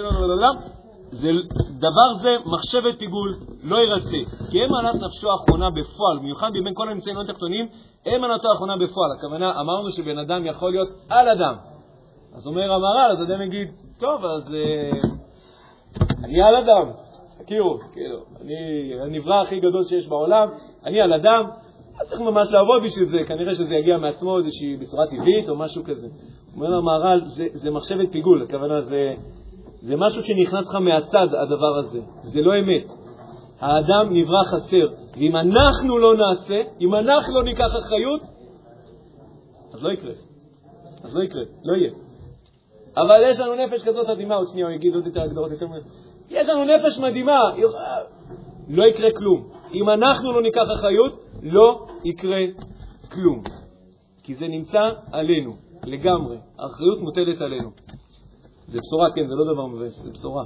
דבר זה מחשבת פיגול לא ירצה, כי אין מעלת נפשו האחרונה בפועל, מיוחד בין כל הנמצאים לא תחתונים, אין מעלתו האחרונה בפועל. הכוונה, אמרנו שבן אדם יכול להיות על אדם. אז אומר המהר"ל, אז אדם יגיד, טוב, אז אני על אדם, תכירו, כאילו, אני הנברא הכי גדול שיש בעולם, אני על אדם, אז צריך ממש לעבוד בשביל זה, כנראה שזה יגיע מעצמו איזושהי בצורה טבעית או משהו כזה. אומר המהר"ל, זה מחשבת פיגול, הכוונה זה משהו שנכנס לך מהצד, הדבר הזה. זה לא אמת. האדם נברא חסר. ואם אנחנו לא נעשה, אם אנחנו לא ניקח אחריות, אז לא יקרה. לא יהיה. אבל יש לנו נפש כזאת מדהימה, עוד שנייה, הוא יגיד עוד יותר הגדרות יותר מדהימה. יש לנו נפש מדהימה. לא יקרה כלום. אם אנחנו לא ניקח אחריות, לא יקרה כלום. כי זה נמצא עלינו, לגמרי. האחריות מוטלת עלינו. זה בשורה, כן, זה לא דבר מבאס, זה בשורה.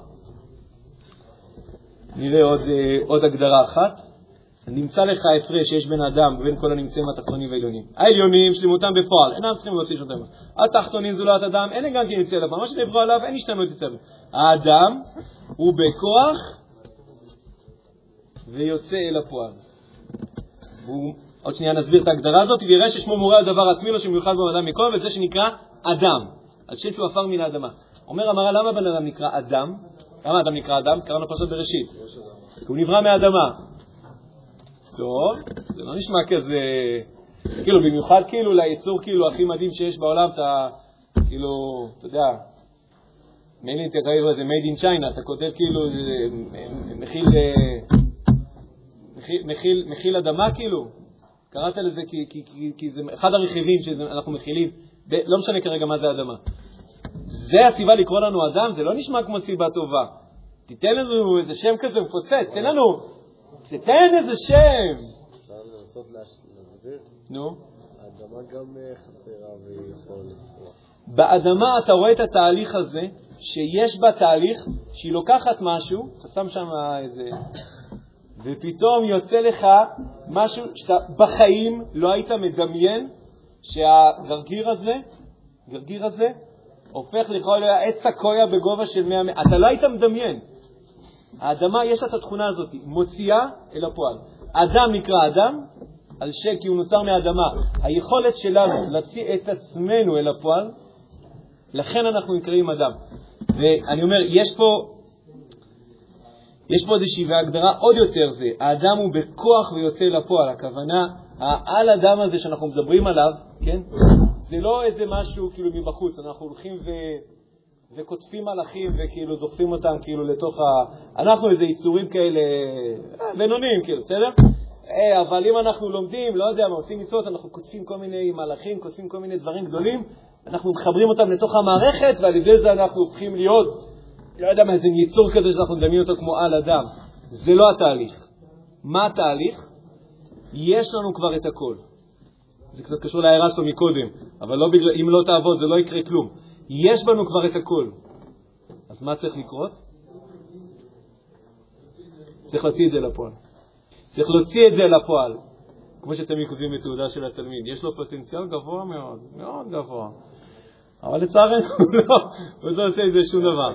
נראה עוד הגדרה אחת. נמצא לך הפרש שיש בין האדם ובין כל הנמצאים התחתונים והעליונים. העליונים שלמותם בפועל, אינם צריכים להוציא שום דבר. התחתונים זולת אדם, אין גם כן יצא אליו. מה שנברא עליו, אין השתנות יצא אליו. האדם הוא בכוח ויוצא אל הפועל. עוד שנייה נסביר את ההגדרה הזאת, ויראה ששמו מורה על דבר עצמי לו שמיוחד בו אדם מכל, וזה שנקרא אדם. על שם שהוא עפר מן האדמה. אומר המהר"ל, למה בן אדם נקרא אדם? למה אדם נקרא אדם? קראנו פרשת בראשית. הוא נברא מהאדמה. טוב, זה לא נשמע כזה, כאילו במיוחד כאילו ליצור כאילו הכי מדהים שיש בעולם, אתה כאילו, אתה יודע, מיילי תקראי איזה made in China, אתה כותב כאילו מכיל אדמה כאילו, קראת לזה כי זה אחד הרכיבים שאנחנו מכילים, לא משנה כרגע מה זה אדמה. זה הסיבה לקרוא לנו אדם, זה לא נשמע כמו סיבה טובה. תיתן לנו איזה שם כזה מפוצץ, תן לנו תתן איזה שם. אפשר לנסות להסביר? נו. האדמה גם חסרה ויכול לפרוח. באדמה אתה רואה את התהליך הזה, שיש בה תהליך שהיא לוקחת משהו, אתה שם שם איזה, ופתאום יוצא לך משהו שאתה בחיים לא היית מדמיין, שהגרגיר הזה הופך לכל עץ סקויה בגובה של 100 מטר. אתה לא היית מדמיין. האדמה יש לה את התכונה הזאת, מוציאה אל הפועל. אדם נקרא אדם, על כי הוא נוצר מהאדמה. היכולת שלנו להוציא את עצמנו אל הפועל, לכן אנחנו נקראים אדם. ואני אומר, יש פה איזושהי והגדרה עוד יותר זה, האדם הוא בכוח ויוצא לפועל. הכוונה, העל אדם הזה שאנחנו מדברים עליו, כן? זה לא איזה משהו כאילו מבחוץ, אנחנו הולכים וכותפים מלאכים וכאילו דוחפים אותם כאילו לתוך אנחנו איזה יצורים כאלה בינוניים כאילו, בסדר? אבל אם אנחנו לומדים, לא יודע מה, עושים מצוות, אנחנו כותפים כל מיני מלאכים, כותפים כל מיני דברים גדולים, אנחנו מחברים אותם לתוך המערכת, ועל ידי זה אנחנו הופכים להיות, לא יודע מה, איזה יצור כזה שאנחנו מדמים אותו כמו על אדם. זה לא התהליך. מה התהליך? יש לנו כבר את הכל. זה קצת קשור להערה שלו מקודם, אבל לא בגלל, אם לא תעבוד זה לא יקרה כלום. יש בנו כבר את הכל. אז מה צריך לקרות? צריך להוציא את זה לפועל. צריך להוציא את זה לפועל. כמו שאתם כותבים בתעודה של התלמיד. יש לו פוטנציאל גבוה מאוד, מאוד גבוה. אבל לצערנו הוא לא עושה את זה שום דבר.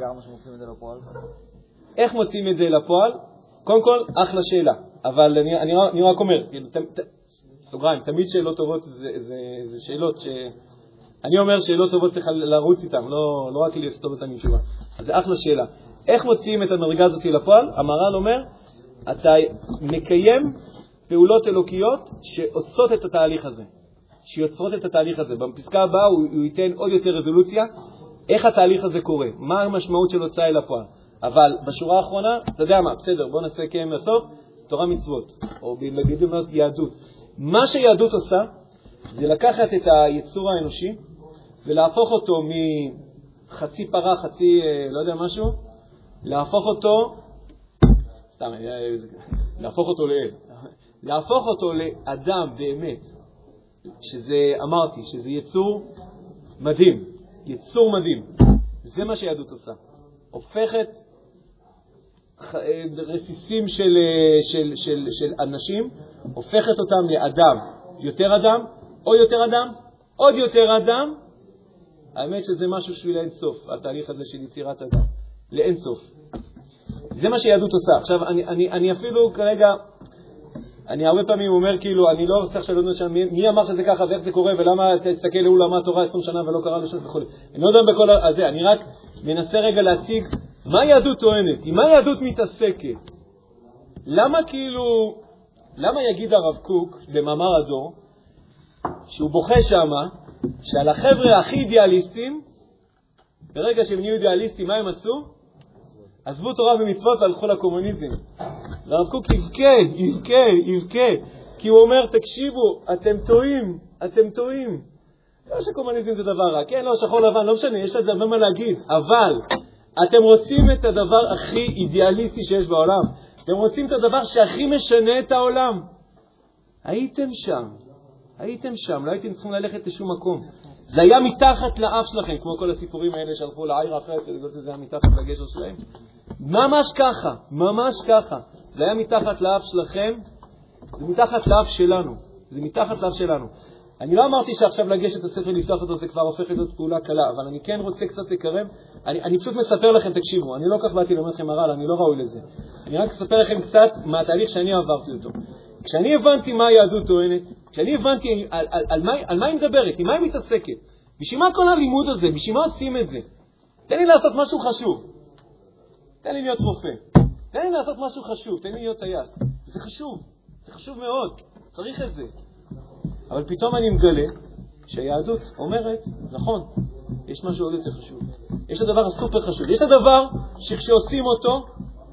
איך מוצאים את זה לפועל? קודם כל, אחלה שאלה. אבל אני רק אומר, סוגריים, תמיד שאלות טובות זה שאלות אני אומר שאלות טובות צריך לרוץ איתם, לא רק לסתוב אותם עם תשובה. אז זה אחלה שאלה. איך מוציאים את המדרגה הזאת לפועל? המהר"ל אומר, אתה מקיים פעולות אלוקיות שעושות את התהליך הזה, שיוצרות את התהליך הזה. בפסקה הבאה הוא ייתן עוד יותר רזולוציה, איך התהליך הזה קורה, מה המשמעות של הוצאה אל הפועל. אבל בשורה האחרונה, אתה יודע מה, בסדר, בוא נעשה קיים לסוף, תורה מצוות, או במילים יהדות. מה שיהדות עושה, זה לקחת את היצור האנושי, ולהפוך אותו מחצי פרה, חצי, לא יודע משהו, להפוך אותו לאדם באמת, שזה, אמרתי, שזה יצור מדהים, יצור מדהים. זה מה שיהדות עושה. הופכת רסיסים של אנשים, הופכת אותם לאדם, יותר אדם, או יותר אדם, עוד יותר אדם. האמת שזה משהו בשביל אין סוף, התהליך הזה של יצירת אדם, לאין סוף. זה מה שיהדות עושה. עכשיו, אני אפילו כרגע, אני הרבה פעמים אומר כאילו, אני לא צריך שלא שם, מי אמר שזה ככה ואיך זה קורה, ולמה תסתכל לעולמה התורה 20 שנה ולא קרה לשם וכו'. אני לא יודע בכל הזה, אני רק מנסה רגע להציג מה יהדות טוענת, עם מה יהדות מתעסקת. למה כאילו, למה יגיד הרב קוק במאמר הדור, שהוא בוכה שמה, שעל החבר'ה הכי אידיאליסטים, ברגע שהם נהיו אידיאליסטים, מה הם עשו? עזבו תורה ומצוות והלכו לקומוניזם. והרב קוק יבכה, כי הוא אומר, תקשיבו, אתם טועים. לא שקומוניזם זה דבר רע, כן, לא, שחור לבן, לא משנה, יש לזה מה להגיד, אבל אתם רוצים את הדבר הכי אידיאליסטי שיש בעולם. אתם רוצים את הדבר שהכי משנה את העולם. הייתם שם, לא הייתם צריכים ללכת לשום מקום. זה היה מתחת לאף שלכם, כמו כל הסיפורים האלה שהלכו לעיר אחרת, זה היה מתחת לגשר שלהם. ממש ככה. זה היה מתחת לאף שלכם, זה מתחת לאף שלנו. אני לא אמרתי שעכשיו לגשת את הספר לפתוח אותו, זה כבר הופך להיות פעולה קלה, אבל אני כן רוצה קצת לקרב. אני פשוט מספר לכם, תקשיבו, אני לא כך באתי לומר לכם הרעל, אני לא ראוי לזה. אני רק אספר לכם קצת מהתהליך שאני עברתי אותו. כשאני הבנתי מה היהדות טוענת, כשאני הבנתי על מה היא מדברת, עם מה היא מתעסקת, בשביל מה כל הלימוד הזה, בשביל מה עושים את זה? תן לי לעשות משהו חשוב. תן לי להיות רופא. תן לי לעשות משהו חשוב, תן לי להיות טייס. זה חשוב מאוד, צריך את זה. אבל פתאום אני מגלה שהיהדות אומרת, נכון, יש משהו עוד יותר חשוב. יש את הדבר הסופר חשוב. יש את הדבר שכשעושים אותו,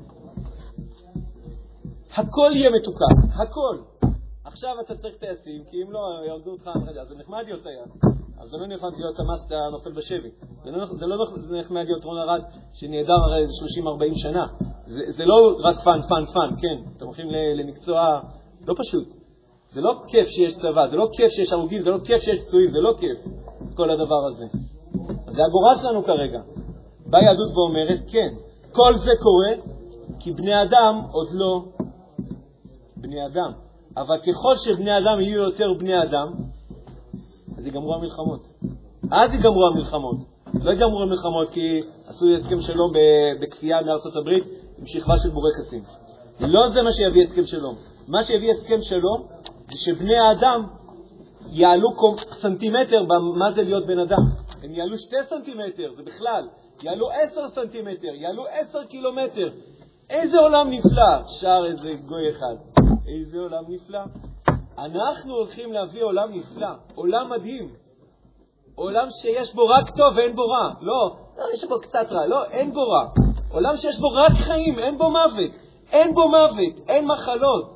הכל יהיה מתוקן, הכל. עכשיו אתה צריך טייסים, כי אם לא, ירדו אותך, זה נחמד להיות טייס. אבל זה לא נחמד להיות תמ"ס, אתה נופל בשבי. זה לא נחמד להיות רון ארד שנהדר הרי 30-40 שנה. זה לא רק פן, כן. אתם הולכים למקצוע לא פשוט. זה לא כיף שיש צבא, זה לא כיף שיש הרוגים, זה לא כיף שיש פצועים, זה לא כיף, כל הדבר הזה. אז זה הגורל שלנו כרגע. באה יהדות ואומרת, כן, כל זה קורה, כי בני אדם עוד לא בני אדם. אבל ככל שבני אדם יהיו יותר בני אדם, אז ייגמרו המלחמות. לא ייגמרו המלחמות כי עשו הסכם שלום בכפייה מארצות הברית עם שכבה של בורקסים. לא זה מה שיביא הסכם שלום. מה שיביא הסכם שלום זה שבני האדם יעלו סנטימטר במה זה להיות בן אדם. הם יעלו 2 סנטימטר, זה בכלל. יעלו 10 סנטימטר, יעלו 10 קילומטר. איזה עולם נפלא, שר איזה גוי אחד. איזה עולם נפלא. אנחנו הולכים להביא עולם נפלא, עולם מדהים. עולם שיש בו רק טוב ואין בו רע. לא, יש בו קצת רע. לא, אין בו רע. עולם שיש בו רק חיים, אין בו מוות. אין מחלות.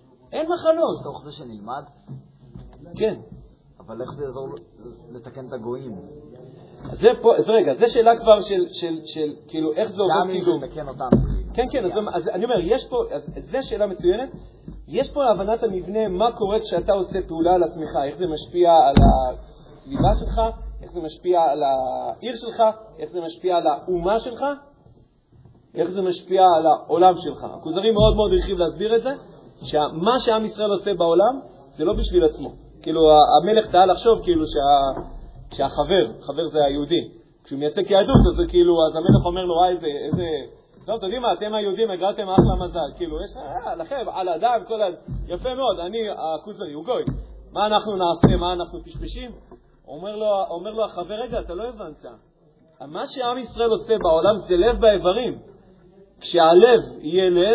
תוך זה שנלמד? כן. אבל איך זה יעזור לתקן את הגויים? אז רגע, זה שאלה כבר של כאילו איך זה עובד קידום. גם אם לתקן אותם. כן, אז אני אומר, יש פה, זו שאלה מצוינת. יש פה הבנת המבנה, מה קורה כשאתה עושה פעולה על עצמך, איך זה משפיע על הסביבה שלך, איך זה משפיע על העיר שלך, איך זה משפיע על האומה שלך, איך זה משפיע על העולם שלך. הכוזרי מאוד מאוד הרחיב להסביר את זה, שמה שעם ישראל עושה בעולם, זה לא בשביל עצמו. כאילו, המלך טעה לחשוב כאילו חבר זה היהודי. כשהוא מייצג יהדות, אז זה כאילו, אז המלך אומר לו, איזה... טוב, אתם יודעים מה, אתם היהודים הגעתם אחלה מזל. כאילו, יש לכם, על אדם, כל יפה מאוד, אני, הכוזרי, הוא גוי. מה אנחנו נעשה, מה אנחנו פשפשים? אומר לו החבר, רגע, אתה לא הבנת. מה שעם ישראל עושה בעולם זה לב באיברים. כשהלב יהיה לב,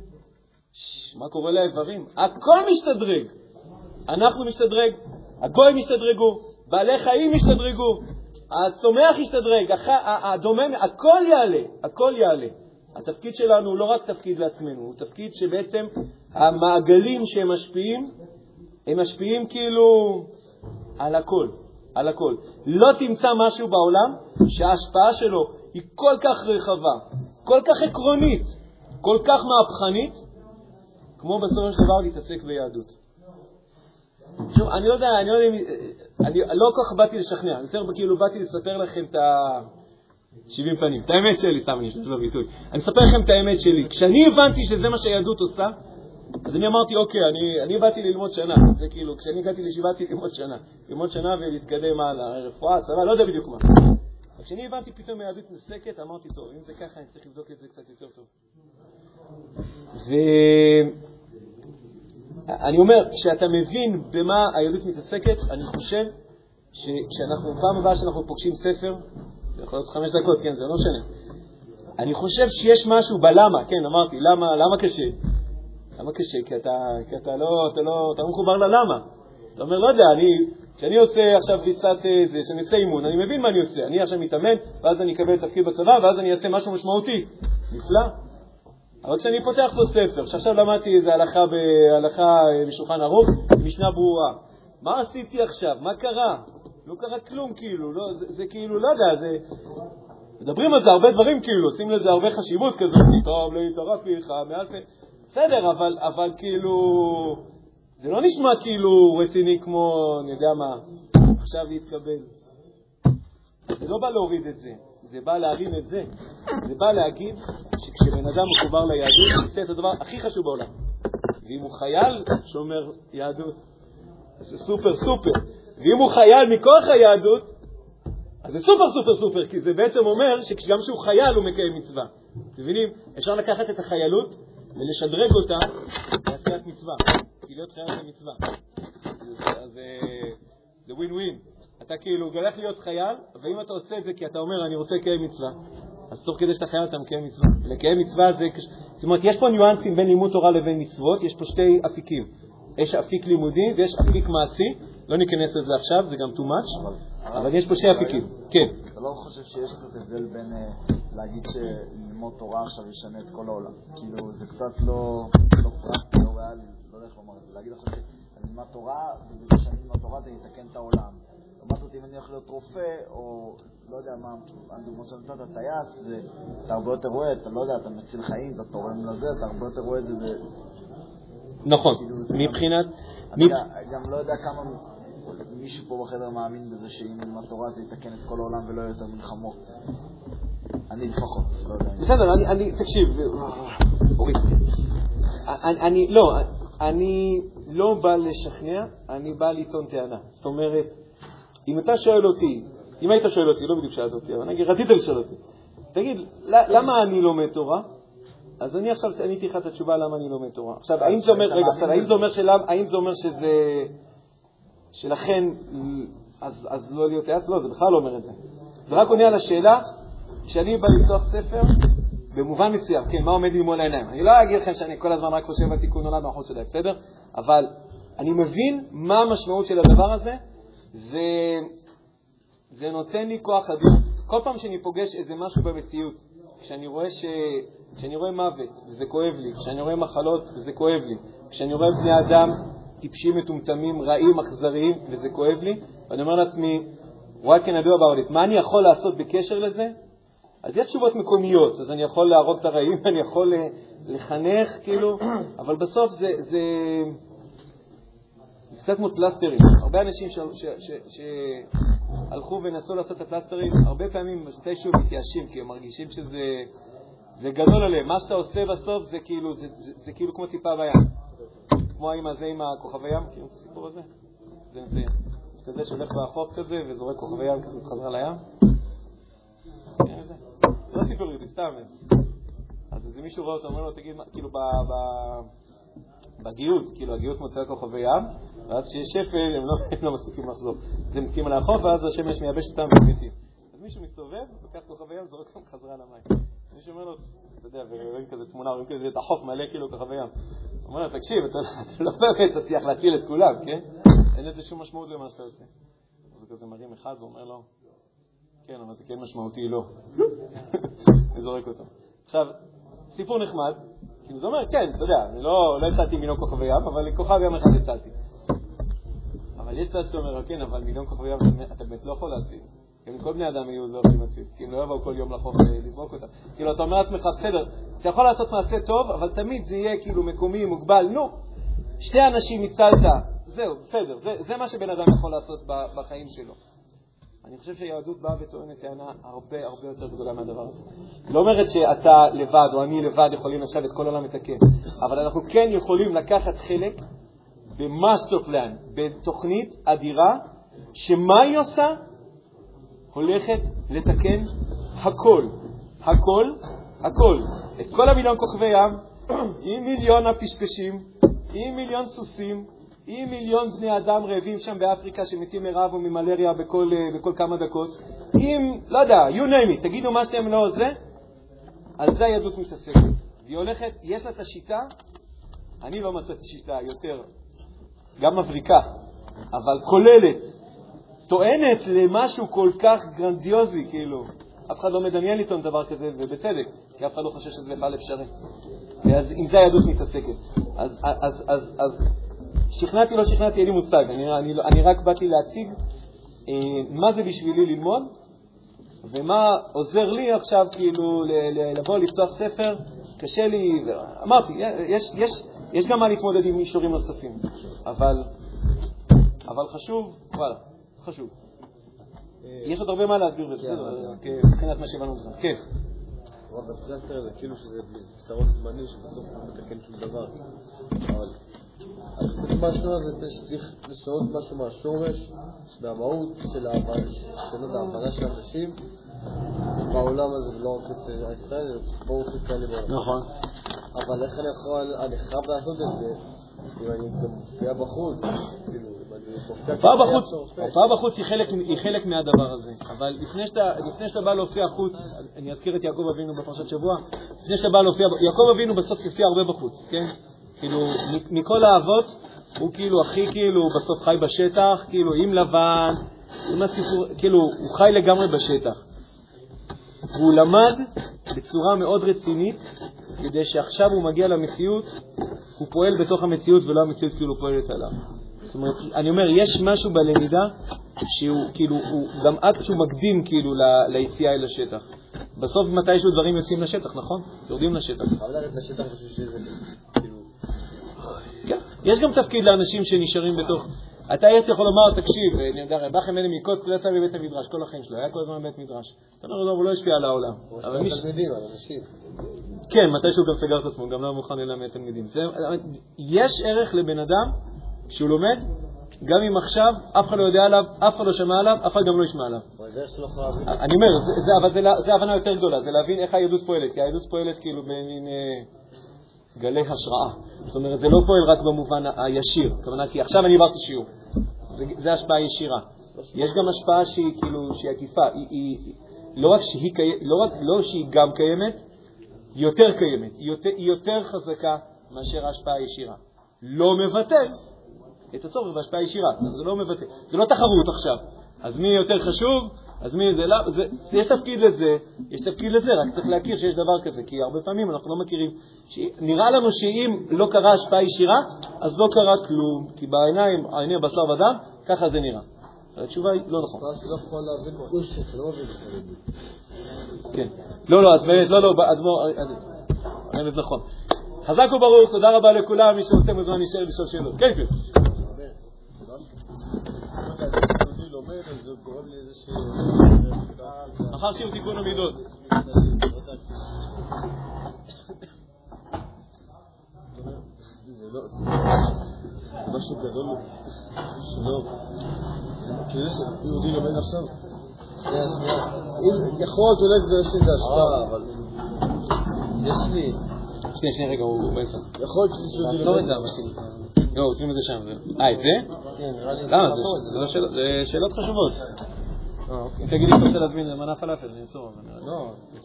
מה קורה לאיברים? הכל משתדרג. אנחנו משתדרג, הגויים משתדרגו, בעלי חיים משתדרגו, הצומח ישתדרג, הדומם, הכל יעלה. התפקיד שלנו הוא לא רק תפקיד לעצמנו, הוא תפקיד שבעצם המעגלים שהם משפיעים, הם משפיעים כאילו על הכל. לא תמצא משהו בעולם שההשפעה שלו היא כל כך רחבה, כל כך עקרונית, כל כך מהפכנית, כמו בסופו של דבר להתעסק ביהדות. שוב, אני לא יודע אם... אני לא כל כך באתי לשכנע, יותר כאילו באתי לספר לכם את 70 פנים, את האמת שלי, סתם אני אשתמש בביטוי. אני אספר לכם את האמת שלי. כשאני הבנתי שזה מה שהיהדות עושה, אז אני אמרתי, אוקיי, אני באתי ללמוד שנה. זה כאילו, כשאני הגעתי לישיבה, ללמוד שנה ולהתקדם על הרפואה, צבא, לא יודע בדיוק מה. אבל כשאני הבנתי פתאום היהדות נסקת, אמרתי, טוב, אם זה ככה, אני צריך לבדוק את זה קצת יותר טוב. אני אומר, כשאתה מבין במה היהדות מתעסקת, אני חושב שכשאנחנו, פעם הבאה שאנחנו פוגשים ספר, זה יכול להיות 5 דקות, כן, זה לא משנה. אני חושב שיש משהו בלמה, כן, אמרתי, למה קשה? למה קשה? כי אתה לא מחובר ללמה. אתה אומר, לא יודע, כשאני עושה עכשיו ריצת זה, שאני עושה אימון, אני מבין מה אני עושה. אני עכשיו מתאמן, ואז אני אקבל תפקיד בצבא, ואז אני אעשה משהו משמעותי. נפלא. אבל כשאני פותח פה ספר, שעכשיו למדתי איזה הלכה בשולחן ערוך, משנה ברורה. מה עשיתי עכשיו? מה קרה? לא קרה כלום כאילו, לא, זה כאילו, לא יודע, זה... מדברים על זה הרבה דברים כאילו, עושים לזה הרבה חשיבות כזאת, טוב, לא יתערף לך, מעל זה... בסדר, אבל כאילו... זה לא נשמע כאילו רציני כמו, אני יודע מה, עכשיו להתקבל. זה לא בא להוריד את זה, זה בא להרים את זה. זה בא להגיד שכשבן אדם מחובר ליהדות, הוא עושה את הדבר הכי חשוב בעולם. ואם הוא חייל שאומר יהדות, זה סופר סופר. ואם הוא חייל מכוח היהדות, אז זה סופר סופר סופר, כי זה בעצם אומר שגם שהוא חייל הוא מקיים מצווה. אתם מבינים? אפשר לקחת את החיילות ולשדרג אותה לעשיית מצווה. כי להיות חייל זה מצווה. אז זה ווין ווין. אתה כאילו הולך להיות חייל, ואם אתה עושה את זה כי אתה אומר אני רוצה לקיים מצווה, אז תוך כדי שאתה חייל אתה מקיים מצווה. לקיים מצווה זה... זאת אומרת, יש פה ניואנסים בין לימוד תורה לבין מצוות, יש פה 2 אפיקים. יש אפיק לימודי ויש אפיק מעשי. לא ניכנס לזה עכשיו, זה גם too much, אבל יש פה 2 אפיקים. כן. אתה לא חושב שיש קצת הבדל בין להגיד שללמוד תורה עכשיו ישנה את כל העולם? כאילו, זה קצת לא פרקטי, לא ריאלי, לא יודע איך לומר את זה. להגיד עכשיו שללמוד תורה, ובגלל שאני ללמוד תורה זה יתקן את העולם. לעומת זאת, אם אני הולך להיות רופא, או לא יודע מה, הדוגמאות שנתת, טייס, אתה הרבה יותר רואה, אתה לא יודע, אתה מציל חיים, אתה תורם לזה, אתה הרבה יותר רואה את זה. נכון, מבחינת... אני גם לא יודע כמה מישהו פה בחדר מאמין בזה שאם התורה תתקן את כל העולם ולא יותר מלחמות. אני לפחות, לא יודע. בסדר, תקשיב, אורית, אני לא בא לשכנע, אני בא לטעון טענה. זאת אומרת, אם היית שואל אותי, לא בדיוק שאלת אותי, אבל נגיד, רצית לשאול אותי, תגיד, למה אני לומד תורה? אז אני עכשיו עניתי לך את התשובה למה אני לומד תורה. עכשיו, האם זה אומר שזה, שלכן, אז לא להיות טייס? לא, זה בכלל לא אומר את זה. זה רק עונה על השאלה, כשאני בא לפתוח ספר, במובן מסוים, כן, מה עומד לי מול העיניים? אני לא אגיד לכם שאני כל הזמן רק חושב על תיקון עולם מהחוץ שלה, בסדר? אבל אני מבין מה המשמעות של הדבר הזה, זה נותן לי כוח אדיר. כל פעם שאני פוגש איזה משהו במציאות, כשאני רואה מוות, וזה כואב לי, כשאני רואה מחלות, וזה כואב לי, כשאני רואה בני אדם טיפשים, מטומטמים, רעים, אכזריים, וזה כואב לי, ואני אומר לעצמי, what can I do about it? מה אני יכול לעשות בקשר לזה? אז יש תשובות מקומיות, אז אני יכול להרוג את הרעים, אני יכול לחנך, כאילו, אבל בסוף זה קצת כמו פלסטרים. הרבה אנשים שהלכו ונסו לעשות את הפלסטרים, הרבה פעמים מתישהו מתייאשים, כי הם מרגישים שזה גדול עליהם. מה שאתה עושה בסוף זה כאילו כמו טיפה בים. כמו האמא הזה עם הכוכב הים, כאילו את הסיפור הזה. זה כזה שהולך בחוף כזה וזורק כוכב הים כזה חזרה לים. כן, זה. לא סיפור לי, סתם. אז איזה מישהו רואה אותו, אומר לו, תגיד, כאילו בגיוט, כאילו הגיוט מוצא כוכבי ים, ואז כשיש שפל הם לא מספיקים לחזור. זה מתקים על החוף, ואז השמש מייבש אותם ומתים. אז מישהו מסתובב, לוקח כוכבי ים, זורק אותם חזרה למים. מישהו אומר לו, אתה יודע, ורואים כזה תמונה, רואים כזה את החוף מלא כאילו כוכבי ים. הוא אומר לו, תקשיב, אתה לא באמת תצליח להציל את כולם, כן? אין לזה שום משמעות למה שאתה עושה. אז הוא כזה מרים אחד ואומר לו, כן, אבל זה כן משמעותי, לא. וזורק אותו. עכשיו, סיפור נחמד, כאילו זה אומר, כן, אתה יודע, אני לא הצלתי מיליון כוכבי ים, אבל כוכב ים אחד הצלתי. אבל יש צד שאומר, כן, אבל מיליון כוכבי ים אתה באמת לא יכול להציל. כי כל בני אדם יהיו לא יכולים להציל, כי הם לא יבואו כל יום לחוף לזרוק אותם. כאילו, אתה אומר לעצמך, בסדר, אתה יכול לעשות מעשה טוב, אבל תמיד זה יהיה כאילו מקומי, מוגבל. נו, שתי אנשים הצלת, זהו, בסדר, זה מה שבן אדם יכול לעשות בחיים שלו. אני חושב שהיהדות באה וטוענת טענה הרבה הרבה יותר גדולה מהדבר הזה. לא אומרת שאתה לבד או אני לבד יכולים עכשיו את כל העולם לתקן, אבל אנחנו כן יכולים לקחת חלק במאסטר פלן, בתוכנית אדירה, שמה היא עושה? הולכת לתקן הכל, הכל, הכל. את כל המיליון כוכבי ים, עם מיליון הפשפשים, עם מיליון סוסים, עם מיליון בני אדם רעבים שם באפריקה שמתים מרעב או ממלריה בכל כמה דקות, עם, לא יודע, you name it, תגידו מה שאתם לא זה, על זה היהדות מתעסקת. והיא הולכת, יש לה את השיטה, אני לא מצאתי שיטה יותר, גם מבריקה, אבל כוללת, טוענת למשהו כל כך גרנדיוזי, כאילו, אף אחד לא מדמיין לטעון דבר כזה, ובצדק, כי אף אחד לא חושב שזה בכלל אפשרי. ואז עם זה היהדות מתעסקת. אז שכנעתי, לא שכנעתי, אין לי מושג. אני רק באתי להציג מה זה בשבילי ללמוד, ומה עוזר לי עכשיו כאילו לבוא לפתוח ספר. קשה לי, אמרתי, יש גם מה להתמודד עם מישורים נוספים, אבל חשוב, וואלה, חשוב. יש עוד הרבה מה להסביר בזה, מבחינת מה שהבנו אותך. כן. אבל בפלסטר זה כאילו שזה פתרון זמני שבסוף לא מתקן שום דבר. אבל משהו הזה שצריך לשנות משהו מהשורש, מהמהות של ההבנה של האנשים בעולם הזה, ולא רק אצל ישראל, אלא ברור שכאלה בעולם. נכון. אבל איך אני חייב לעשות את זה אם אני גם מופיע בחוץ? הופעה בחוץ היא חלק מהדבר הזה, אבל לפני שאתה בא להופיע חוץ, אני אזכיר את יעקב אבינו בפרשת שבוע, לפני שאתה בא להופיע, יעקב אבינו בסוף יופיע הרבה בחוץ, כן? כאילו, מכל האבות, הוא כאילו הכי כאילו בסוף חי בשטח, כאילו עם לבן, עם הסיפור, כאילו הוא חי לגמרי בשטח. והוא למד בצורה מאוד רצינית, כדי שעכשיו הוא מגיע למציאות, הוא פועל בתוך המציאות ולא המציאות כאילו פועלת עליו. זאת אומרת, אני אומר, יש משהו בלמידה שהוא כאילו, הוא גם אקט שהוא מקדים כאילו ליציאה אל השטח. בסוף מתישהו דברים יוצאים לשטח, נכון? יורדים לשטח. אבל לרדת לשטח בשביל שזה כאילו... כן, יש גם תפקיד לאנשים שנשארים בתוך... אתה היית יכול לומר, תקשיב, אני יודע, רב אחם אלי מקוץ לא יצא בבית המדרש, כל החיים שלו, היה כל הזמן בבית מדרש. אתה אומר, הוא לא השפיע על העולם. אבל מי תלמידים, על אנשים. כן, מתישהו גם סגר את עצמו, גם לא מוכן ללמד תלמידים. יש ערך לבן אדם שהוא לומד, גם אם עכשיו אף אחד לא יודע עליו, אף אחד לא שמע עליו, אף אחד גם לא ישמע עליו. אני אומר, אבל זה הבנה יותר גדולה, זה להבין איך היהדות פועלת, כי היהדות פועלת כאילו במין גלי השראה. זאת אומרת, זה לא פועל רק במובן הישיר, כוונה, כי עכשיו אני עברתי שיעור. זה השפעה ישירה. יש גם השפעה שהיא כאילו, שהיא עקיפה. לא רק שהיא גם קיימת, היא יותר קיימת. היא יותר חזקה מאשר ההשפעה הישירה. לא מבטא את הצורך בהשפעה ישירה. זה לא מבטא. זה לא תחרות עכשיו. אז מי יותר חשוב? אז מי זה לא? יש תפקיד לזה, רק צריך להכיר שיש דבר כזה, כי הרבה פעמים אנחנו לא מכירים. נראה לנו שאם לא קרה השפעה ישירה, אז לא קרה כלום, כי בעיניים, עיני בשר ודם, ככה זה נראה. התשובה היא לא נכון. אז לא יכול להבין משהו שלא מבין חרדי. כן. לא, אז באמת, אז באמת נכון. חזק וברוך, תודה רבה לכולם, מי שרוצה מוזמן נשאר לשאול שאלות. כן, כן. זה גורם לאיזה אחר שיעור תיקון המידות. זה משהו גדול שלא כאילו יהודי לומד עכשיו יכול להיות אולי זה יש לזה השפעה אבל יש לי שנייה רגע הוא באמצע יכול להיות שזה יהודי לעצור את זה לא, עוצרים את זה שם את זה? כן, נראה לי למה? זה שאלות חשובות תגיד לי, אתה רוצה להזמין מנה פלאפל, אני אעצור לא,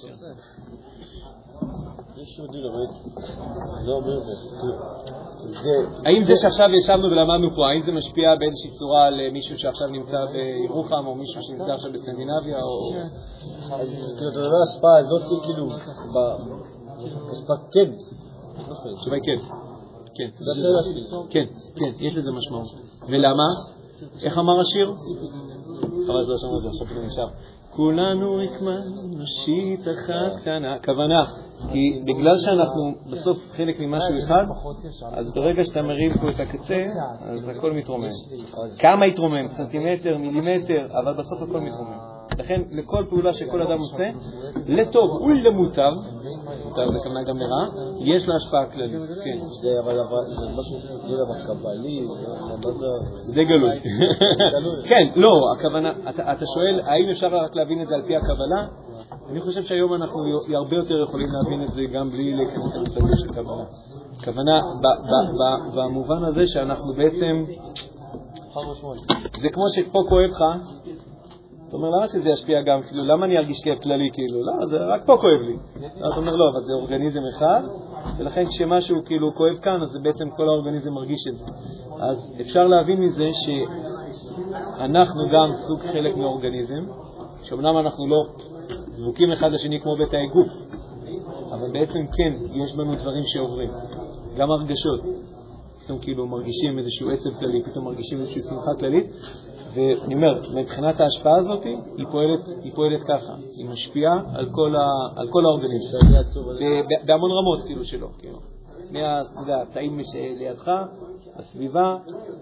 יש יהודי לומד לא אומר האם זה שעכשיו ישבנו ולמדנו פה, האם זה משפיע באיזושהי צורה על מישהו שעכשיו נמצא בירוחם או מישהו שנמצא עכשיו בסקנדינביה או... כאילו אתה אומר השפעה הזאת כאילו השפעה כן השפעה כן כן, יש לזה משמעות ולמה? איך אמר השיר? אבל זה לא שמעו את זה, עכשיו פתאום נשאר כולנו רקמה נשית אחת קטנה כוונה, כי בגלל שאנחנו בסוף חלק ממשהו אחד אז ברגע שאתה מרים פה את הקצה אז הכל מתרומם. כמה יתרומם? סנטימטר, מילימטר, אבל בסוף הכל מתרומם. לכן לכל פעולה שכל אדם עושה לטוב ולמוטב, מוטב זה כמובן גם לרע, יש לה השפעה כללית. כן. זה משהו דבר קבלי, זה גלוי. כן, לא, הכוונה, אתה שואל האם אפשר רק להבין את זה על פי הקבלה? אני חושב שהיום אנחנו הרבה יותר יכולים להבין את זה גם בלי להיכנס למושגים של קבלה. הכוונה במובן הזה שאנחנו בעצם, זה כמו שפה כואב לך, אתה אומר, למה שזה ישפיע גם, כאילו, למה אני ארגיש כאב כללי, כאילו, לא, זה רק פה כואב לי. אתה אומר, לא, אבל זה אורגניזם אחד, ולכן כשמשהו כאילו כואב כאן, אז זה בעצם כל האורגניזם מרגיש את זה. אז אפשר להבין מזה שאנחנו גם סוג חלק מאורגניזם, שאומנם אנחנו לא דבוקים אחד לשני כמו בתאי גוף, אבל בעצם כן, יש בנו דברים שעוברים, גם הרגשות. פתאום כאילו מרגישים איזשהו עצב כללי, פתאום מרגישים איזושהי שמחה כללית, ואני אומר, מבחינת ההשפעה הזאת, היא פועלת ככה, היא משפיעה על כל האורגניזם, בהמון רמות כאילו שלו, כאילו. מהתאים לידך, לסביבה,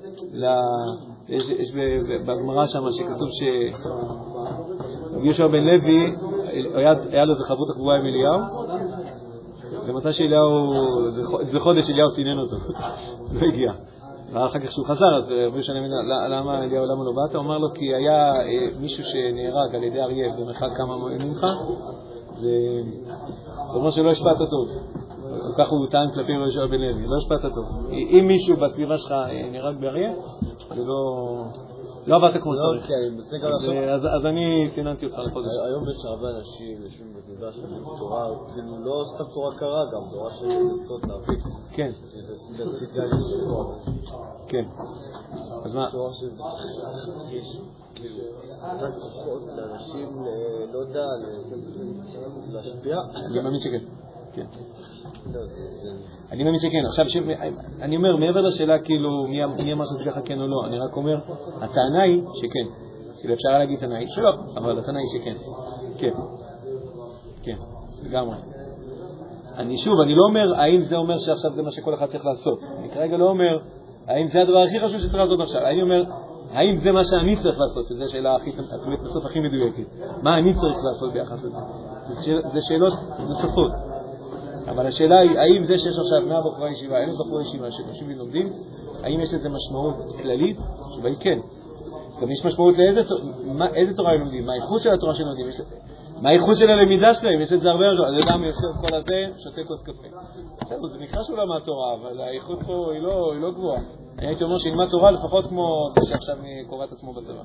יש בגמרא שם שכתוב יהושע בן לוי, היה לו איזה חברות הקבועה עם אליהו, ומתי שאליהו, זה חודש אליהו סינן אותו, לא הגיע. ואחר כך שהוא חזר, אז רבי שאני מבין, למה אליהו, למה לא באת? הוא אמר לו, כי היה מישהו שנהרג על ידי אריה במרחק כמה ממך, זה אומר שלא השפעת טוב. וכך הוא טען כלפי יהושע בן לוי, לא השפעת טוב. אם מישהו בסביבה שלך נהרג באריה, זה לא עבדת כמו צריך. אז אני סיננתי אותך לחודש. היום יש הרבה אנשים יושבים בגדה של תורה, כאילו לא סתם תורה קרה גם, תורה של לנסות להפיק. כן. זה סיגל של תורה. כן. אז מה? תורה שיש, כאילו, נתן כוחות לאנשים, לא יודע, להשפיע. אני מאמין שכן. כן. אני מאמין שכן. עכשיו, אני אומר, מעבר לשאלה כאילו מי אמר שזה ככה כן או לא, אני רק אומר, הטענה היא שכן. כאילו אפשר להגיד תנאי שלא, אבל התנאי שכן. כן. כן, לגמרי. אני לא אומר האם זה אומר שעכשיו זה מה שכל אחד צריך לעשות. אני כרגע לא אומר האם זה הדבר הכי חשוב שצריך לעשות עכשיו. אני אומר האם זה מה שאני צריך לעשות, שזו שאלה בסוף הכי מדויקת. מה אני צריך לעשות ביחס לזה? זה שאלות נוספות. אבל השאלה היא, האם זה שיש עכשיו 100 בחורי ישיבה, 1,000 בחורי ישיבה שיושבים ולומדים, האם יש לזה משמעות כללית? התשובה היא כן. גם יש משמעות לאיזה תורה הם לומדים, מה האיכות של התורה שהם לומדים, מה האיכות של הלמידה שלהם, יש את זה הרבה יותר, אז אדם יושב כל הזה, שותה כוס קפה. בסדר, זה נקרא שהוא למד תורה, אבל האיכות פה היא לא גבוהה. אני הייתי אומר שילמד תורה לפחות כמו זה שעכשיו קורא את עצמו בצבא.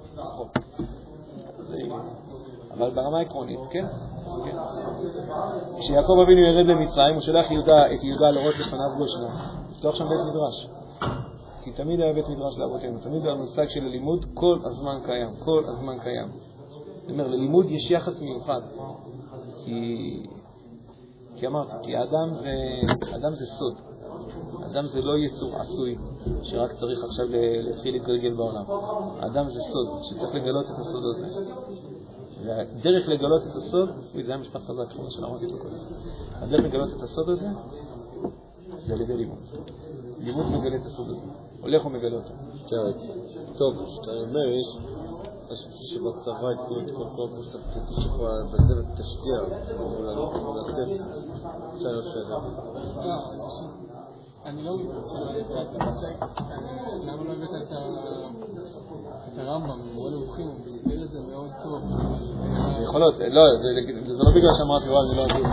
אבל ברמה העקרונית, כן? כשיעקב אבינו ירד למצרים, הוא שולח את יהודה לראות לפניו גושנה, לפתוח שם בית מדרש. כי תמיד היה בית מדרש לאבותינו, תמיד היה מושג של הלימוד כל הזמן קיים, כל הזמן קיים. זאת אומרת, ללימוד יש יחס מיוחד, כי אמרתי, כי אדם זה סוד, אדם זה לא יצור עשוי, שרק צריך עכשיו להתחיל להתגלגל בעולם. אדם זה סוד, שצריך לגלות את הסוד הזה. והדרך לגלות את הסוד, זה היה משפט חזק שלא אמרתי אותו קודם. הדרך לגלות את הסוד הזה, זה על ידי לימוד. לימוד מגלה את הסוד הזה. הולך ומגלה אותו. טוב, שאתה אומר, יש שבצבא יקרו את כל כמו שאתה תשפוע בזה ותשקיע מול הספר. אפשר להיות שאלה. אני לא למה לא הבאת את הרמב"ם, מורה לאורחים, הוא מסביר את זה מאוד טוב. יכולות, לא, זה לא בגלל שאמרתי, אני לא אגיד.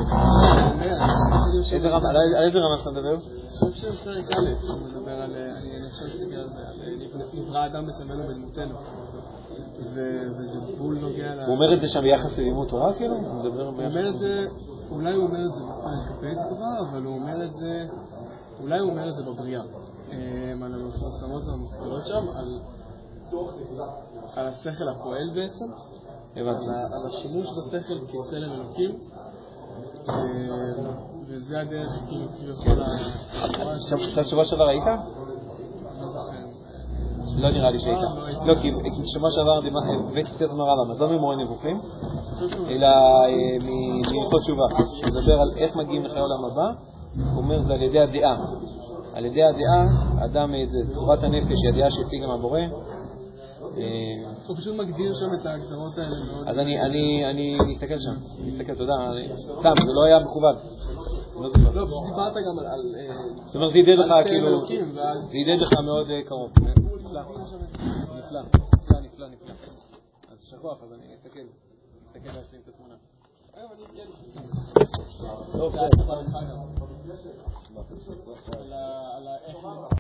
על איזה רמב"ם אתה מדבר? אני חושב שפרק א', הוא מדבר על, אני חושב שסגר על זה, נברא אדם בצלמנו בדמותנו. וזה בול נוגע הוא אומר את זה שם ביחס ללימוד תורה, כאילו? הוא אומר את זה, אולי הוא אומר את זה בפרק ב' כבר, אבל הוא אומר את זה, אולי הוא אומר את זה בבריאה. על המפורסמות והמוזכרות שם, על השכל הפועל בעצם, על השימוש בשכל כצלם אלוקים, וזה הדרך כאילו כל שבוע שעבר היית? לא נראה לי שהיית. לא, כי שבוע שעבר הבאתי קצת מהרמב"ם, אז לא ממורה נבוכים, אלא מהלכות תשובה, שמדבר על איך מגיעים לחיי העולם הבא. הוא אומר זה על ידי הדעה. על ידי הדעה, האדם זה צורת הנפש, היא הדעה שהשיג מהבורא. הוא פשוט מגדיר שם את ההגדרות האלה מאוד. אז אני מסתכל שם, תודה. סתם, זה לא היה מכובד. לא, פשוט דיברת גם על... זאת אומרת, זה ידד לך כאילו... זה ידד לך מאוד קרוב. נפלא. אז שכוח, אז אני אסתכל להשלים את התמונה. טוב,